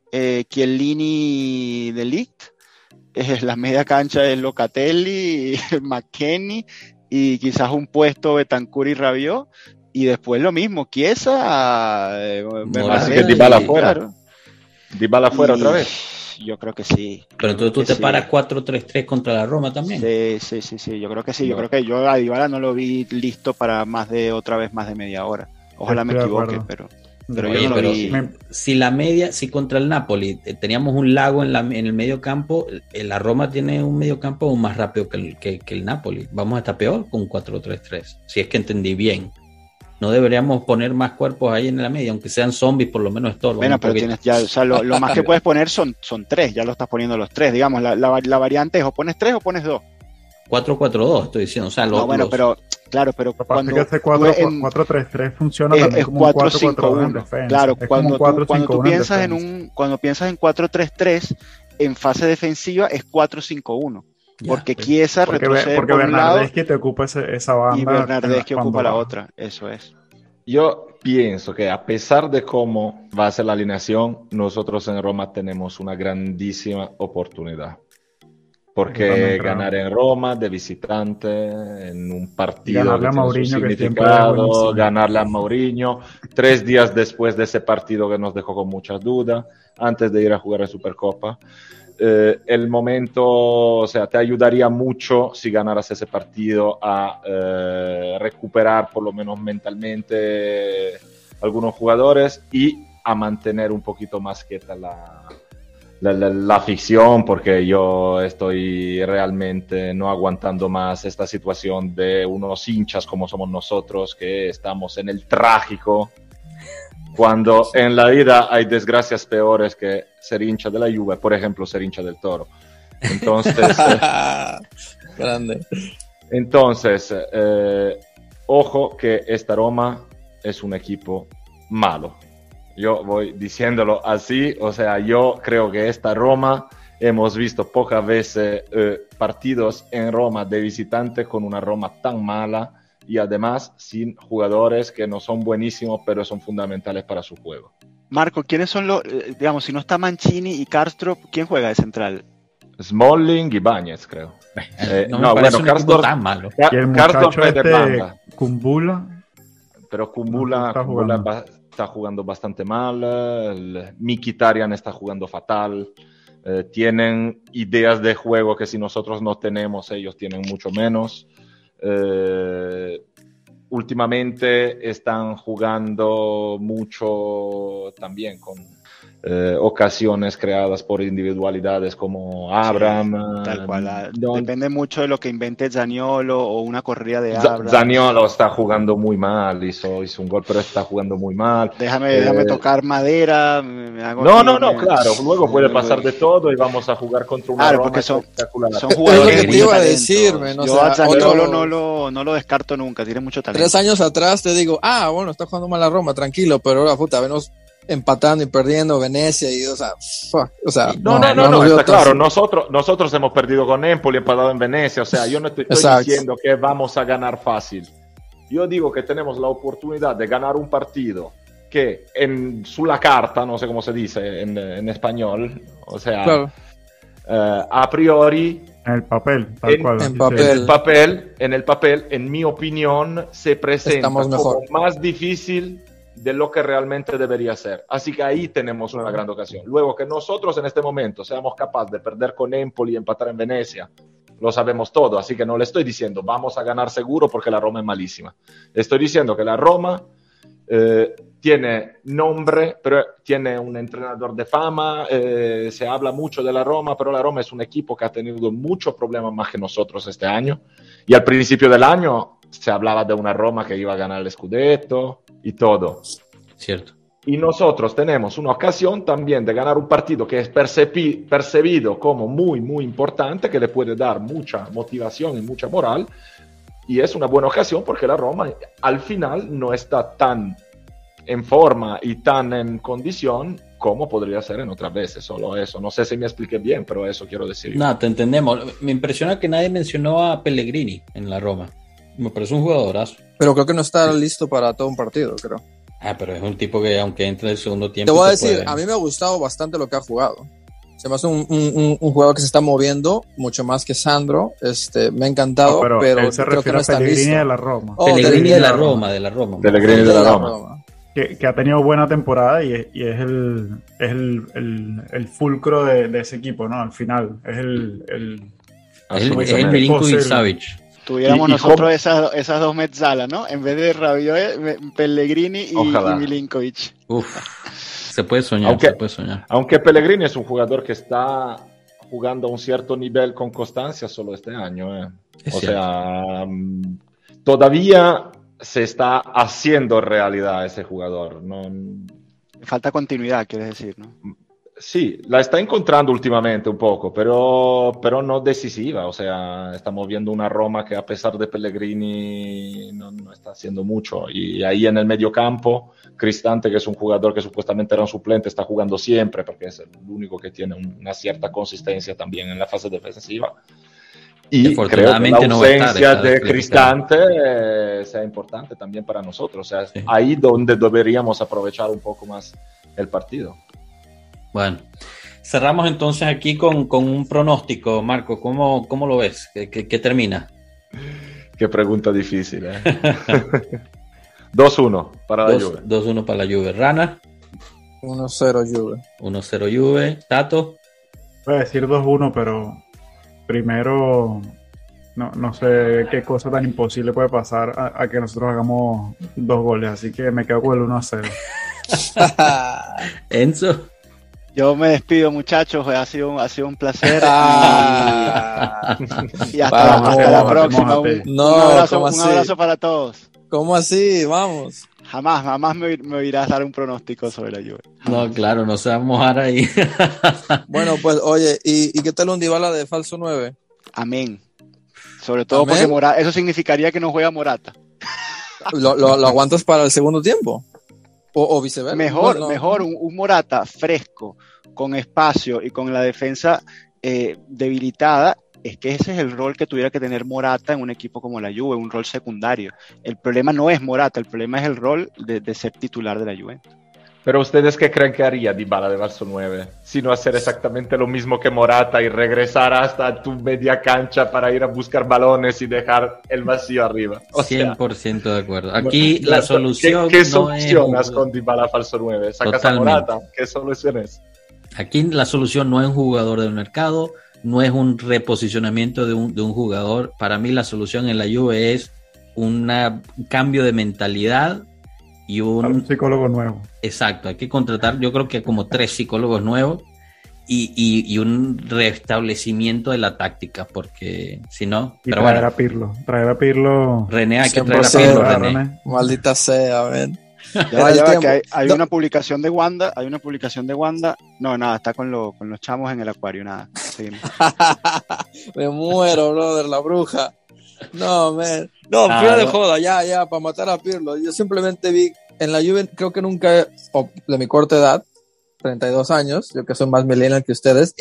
Chiellini de Ligt. La media cancha es Locatelli, McKennie y quizás un puesto Bentancur y Rabiot. Y después lo mismo, Chiesa. Así que Dybala fuera. Claro. Dybala fuera otra vez. Yo creo que sí. Pero entonces tú te paras 4-3-3 contra la Roma también. Sí. Yo creo que sí. No. Yo creo que yo a Dybala no lo vi listo para más de media hora. Ojalá me equivoque, pero yo no lo vi. Si contra el Napoli teníamos un lago en el medio campo, la Roma tiene un medio campo aún más rápido que el Napoli. Vamos a estar peor con 4-3-3. Si es que entendí bien. No deberíamos poner más cuerpos ahí en la media, aunque sean zombies, por lo menos estorban. Bueno, pero tienes ya, o sea, lo más que puedes poner son tres, ya lo estás poniendo los tres, digamos, la variante es o pones 3 o pones 2. 4-4-2, estoy diciendo, o sea, pero cuando este 4-3-3 funciona también como un 4-4-2 en defensa. Claro, cuando tú piensas cuando piensas en 4-3-3, en fase defensiva es 4-5-1. Porque Chiesa retrocede porque por un lado Bernardeschi te ocupa esa banda y Bernardeschi ocupa la otra, eso es. Yo pienso que a pesar de cómo va a ser la alineación, nosotros en Roma tenemos una grandísima oportunidad. Porque ganar en Roma de visitante, en un partido ganarle que tiene su significado, ganarle a Mourinho, 3 días después de ese partido que nos dejó con muchas dudas, antes de ir a jugar a Supercopa. El momento, o sea, te ayudaría mucho si ganaras ese partido a recuperar por lo menos mentalmente algunos jugadores y a mantener un poquito más quieta la afición, porque yo estoy realmente no aguantando más esta situación de unos hinchas como somos nosotros, que estamos en el trágico, cuando en la vida hay desgracias peores que ser hincha de la Juve, por ejemplo, ser hincha del Toro. Entonces, grande. Entonces, ojo que esta Roma es un equipo malo. Yo voy diciéndolo así, o sea, yo creo que esta Roma, hemos visto pocas veces partidos en Roma de visitante con una Roma tan mala y además sin jugadores que no son buenísimos, pero son fundamentales para su juego. Marco, ¿quiénes son los, digamos, si no está Mancini y Karsdorp, quién juega de central? Smalling y Ibáñez, creo. Karsdorp tan malo. Karsdorp es de banda. Kumbula. Pero Kumbula está jugando bastante mal. Mkhitaryan está jugando fatal. Tienen ideas de juego que si nosotros no tenemos, ellos tienen mucho menos. Últimamente están jugando mucho también ocasiones creadas por individualidades como Abraham. Tal cual. Depende mucho de lo que invente Zaniolo o una corrida de Abraham. Zaniolo está jugando muy mal, hizo un gol, pero está jugando muy mal. Déjame tocar madera. Claro, luego puede pasar de todo y vamos a jugar contra una Roma espectacular. Son jugadores es lo que te iba a decir, yo a Zaniolo no lo descarto nunca, tiene mucho talento. 3 años atrás te digo, bueno, está jugando mal la Roma, tranquilo, pero ahora puta, venimos empatando y perdiendo Venecia y no, está claro, nosotros hemos perdido con Empoli, empatado en Venecia, o sea, yo no estoy diciendo que vamos a ganar fácil, yo digo que tenemos la oportunidad de ganar un partido que sulla carta, no sé cómo se dice en español, o sea, claro. A priori en el papel, en el papel, en mi opinión, se presenta como más difícil de lo que realmente debería ser. Así que ahí tenemos una gran ocasión. Luego, que nosotros en este momento seamos capaces de perder con Empoli y empatar en Venecia, lo sabemos todo. Así que no le estoy diciendo vamos a ganar seguro porque la Roma es malísima. Estoy diciendo que la Roma tiene nombre, pero tiene un entrenador de fama, se habla mucho de la Roma, pero la Roma es un equipo que ha tenido muchos problemas más que nosotros este año. Y al principio del año se hablaba de una Roma que iba a ganar el Scudetto y todo. Cierto. Y nosotros tenemos una ocasión también de ganar un partido que es percibido como muy, muy importante, que le puede dar mucha motivación y mucha moral. Y es una buena ocasión porque la Roma al final no está tan en forma y tan en condición como podría ser en otras veces. Solo eso. No sé si me expliqué bien, pero eso quiero decir. No, te entendemos. Me impresiona que nadie mencionó a Pellegrini en la Roma. Me parece un jugadorazo. Pero creo que no está listo para todo un partido, creo. Pero es un tipo que aunque entre en el segundo tiempo... Te voy a decir, a mí me ha gustado bastante lo que ha jugado. Se me hace un jugador que se está moviendo mucho más que Sandro. Me ha encantado, pero él se creo que no está Pellegrini listo. De la Roma. Pellegrini de la Roma. Pellegrini de la Roma. Que ha tenido buena temporada y es el fulcro de ese equipo, ¿no? Al final, es el Milinkovic-Savic. Tuviéramos nosotros esas dos mezzalas, ¿no? En vez de Rabiot, Pellegrini y Milinkovic. Se puede soñar, Aunque Pellegrini es un jugador que está jugando a un cierto nivel con constancia solo este año. Sea, todavía se está haciendo realidad ese jugador. Falta continuidad, quieres decir, ¿no? Sí, la está encontrando últimamente un poco, pero no decisiva. O sea, estamos viendo una Roma que a pesar de Pellegrini no está haciendo mucho. Y ahí en el mediocampo, Cristante, que es un jugador que supuestamente era un suplente, está jugando siempre porque es el único que tiene una cierta consistencia también en la fase defensiva. Y creo que la ausencia de Cristante sea importante también para nosotros. O sea, sí. Ahí donde deberíamos aprovechar un poco más el partido. Bueno, cerramos entonces aquí con un pronóstico. Marco, ¿cómo lo ves? ¿Qué termina? Qué pregunta difícil, 2-1 para la Juve. 2-1 para la Juve. Rana. 1-0 Juve. 1-0 Juve. Tato. Voy a decir 2-1, pero primero no sé qué cosa tan imposible puede pasar a que nosotros hagamos 2 goles, así que me quedo con el 1-0. Enzo. Yo me despido, muchachos, ha sido un placer y hasta la próxima. Un abrazo para todos. ¿Cómo así? Vamos. Jamás me oirás dar un pronóstico sobre la Juve. No, claro, no se va a mojar ahí. Bueno, pues, oye, ¿y qué tal un Dybala de falso 9? Amén. Sobre todo porque eso significaría que no juega Morata. ¿Lo aguantas para el segundo tiempo? O viceversa. Mejor un Morata fresco, con espacio y con la defensa debilitada. Es que ese es el rol que tuviera que tener Morata en un equipo como la Juve, un rol secundario. El problema no es Morata, el problema es el rol de ser titular de la Juve. Pero ¿ustedes qué creen que haría Dybala de falso 9? Si no hacer exactamente lo mismo que Morata y regresar hasta tu media cancha para ir a buscar balones y dejar el vacío arriba. 100% de acuerdo. Aquí la solución ¿Qué solucionas con Dybala falso 9? ¿Sacas a Morata? ¿Qué solución es? Aquí la solución no es un jugador del mercado, no es un reposicionamiento de un jugador. Para mí la solución en la Juve es un cambio de mentalidad y un psicólogo nuevo. Exacto, hay que contratar, yo creo que como 3 psicólogos nuevos y un restablecimiento de la táctica, porque si no... Y pero traer bueno, a Pirlo. René, hay que 100%, traer a Pirlo, René. Maldita sea, ven. Ya El va, tiempo. que hay No. una publicación de Wanda, no, nada, está con los chamos en el acuario, nada, seguimos. Me muero, brother, la bruja. No, man. No, Ah, fuera de no. joda, ya, para matar a Pirlo. Yo simplemente vi en la Juve, creo que nunca, de mi corta edad, 32 años, yo que soy más millennial que ustedes,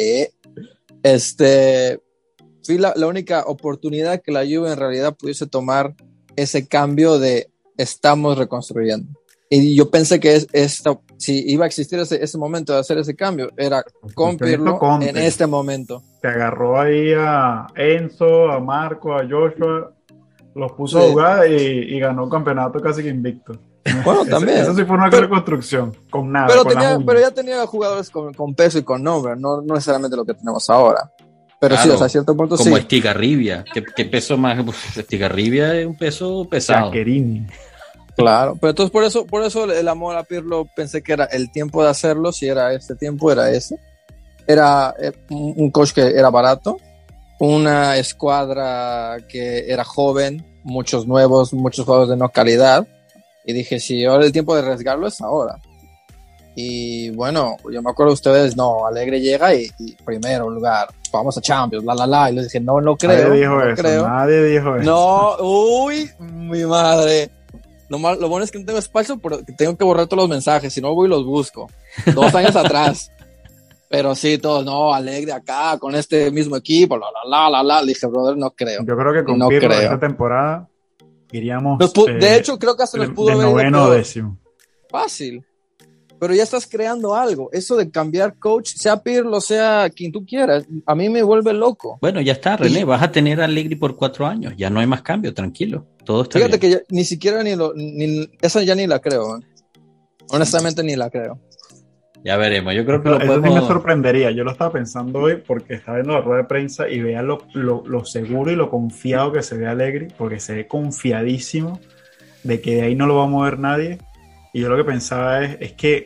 fui la única oportunidad que la Juve en realidad pudiese tomar ese cambio de estamos reconstruyendo. Y yo pensé que si iba a existir ese momento de hacer ese cambio, era con Pirlo Conte. en este momento. Te agarró ahí a Enzo, a Marco, a Joshua, los puso Sí. a jugar y ganó el campeonato casi que invicto. Bueno, también. Eso sí fue una reconstrucción, con nada, Pero, con las uñas. pero ya tenía jugadores con peso y con nombre, no necesariamente lo que tenemos ahora. Pero sí, Claro, o sea, a cierto punto como sí. Estigarribia, ¿qué peso más? Estigarribia es un peso pesado. Chiaccherini. Claro, pero entonces por eso el amor a Pirlo pensé que era el tiempo de hacerlo, si era este tiempo, era ese. Era un coach que era barato, una escuadra que era joven, muchos nuevos, muchos jugadores de no calidad, y dije, si ahora el tiempo de arriesgarlo es ahora. Y bueno, yo me acuerdo de ustedes, no, Alegre llega y primero lugar, vamos a Champions, y les dije, no creo. Nadie dijo no eso, creo. nadie dijo eso. No, uy, mi madre. Lo bueno es que no tengo espacio, pero tengo que borrar todos los mensajes, si no voy y los busco. 2 años atrás. Pero sí, todos, no, Alegre acá, con este mismo equipo, Le dije, brother, no creo. Yo creo que con No Pirlo creo. esta temporada iríamos De hecho, creo que hasta nos pudo de haber ido noveno o peor. décimo. Fácil. Pero ya estás creando algo. Eso de cambiar coach, sea Pirlo, sea quien tú quieras, a mí me vuelve loco. Bueno, ya está, René, vas a tener a Allegri por 4 años, ya no hay más cambio, tranquilo, todo está Fíjate bien. que ni siquiera esa ya ni la creo. Honestamente ni la creo. Ya veremos, yo creo que Pero lo eso sí me podemos... sorprendería. Yo lo estaba pensando hoy porque estaba viendo la rueda de prensa y veía lo seguro y lo confiado que se ve Allegri, porque se ve confiadísimo de que de ahí no lo va a mover nadie. Y yo lo que pensaba es que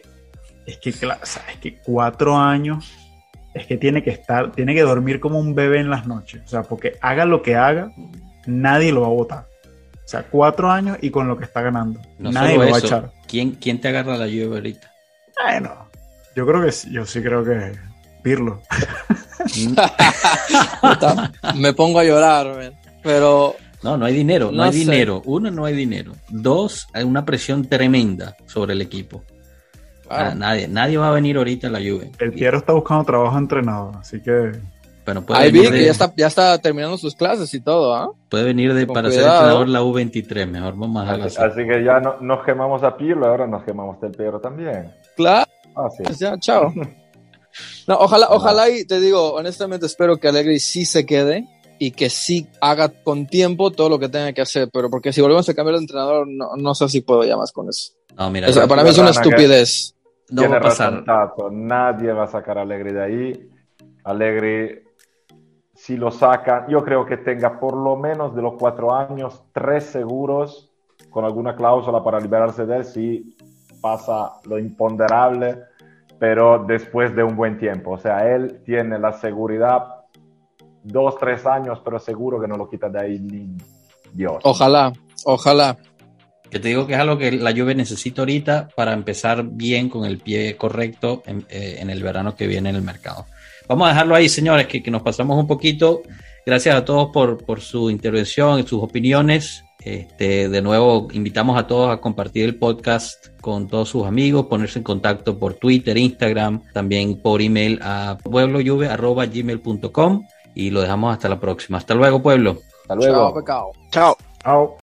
4 años es que tiene que dormir como un bebé en las noches. O sea, porque haga lo que haga, nadie lo va a votar. O sea, 4 años y con lo que está ganando. No nadie solo lo va a eso, echar. ¿quién te agarra la Juve ahorita? Bueno, yo creo que sí, yo sí creo que Pirlo. Me pongo a llorar, man. Pero No hay dinero, no No hay sé. dinero. 1, no hay dinero. 2, hay una presión tremenda sobre el equipo. claro, Nadie va a venir ahorita a la Juve. El Piero está buscando trabajo de entrenador, así que Bueno, puede ahí vi venir, que ya está terminando sus clases y todo, ¿ah? puede venir Con para ser cuidado. entrenador la U23. Mejor vamos a dejarlo así. Así que ya nos quemamos a Pirlo, ahora nos quemamos del Piero también. Claro, Así. pues ya, chao. No, ojalá y te digo, honestamente espero que Allegri sí se quede y que sí haga con tiempo todo lo que tenga que hacer, pero porque si volvemos a cambiar de entrenador, no sé si puedo ya más con eso. No, mira, O sea, para mí es una estupidez. no va Tiene a pasar. razón, Tato. Nadie va a sacar a Allegri de ahí. Allegri, si lo sacan, yo creo que tenga por lo menos de los 4 años, 3 seguros, con alguna cláusula para liberarse de él, si pasa lo imponderable, pero después de un buen tiempo. O sea, él tiene la seguridad 2, 3 años, pero seguro que no lo quita de ahí ni Dios. Ojalá. Que te digo que es algo que la Juve necesita ahorita para empezar bien con el pie correcto en el verano que viene en el mercado. Vamos a dejarlo ahí, señores, que nos pasamos un poquito. Gracias a todos por su intervención y sus opiniones. De nuevo, invitamos a todos a compartir el podcast con todos sus amigos, ponerse en contacto por Twitter, Instagram, también por email a pueblojuve@gmail.com y lo dejamos hasta la próxima. Hasta luego, pueblo. Hasta luego. Chao, pecado. Chao. chao.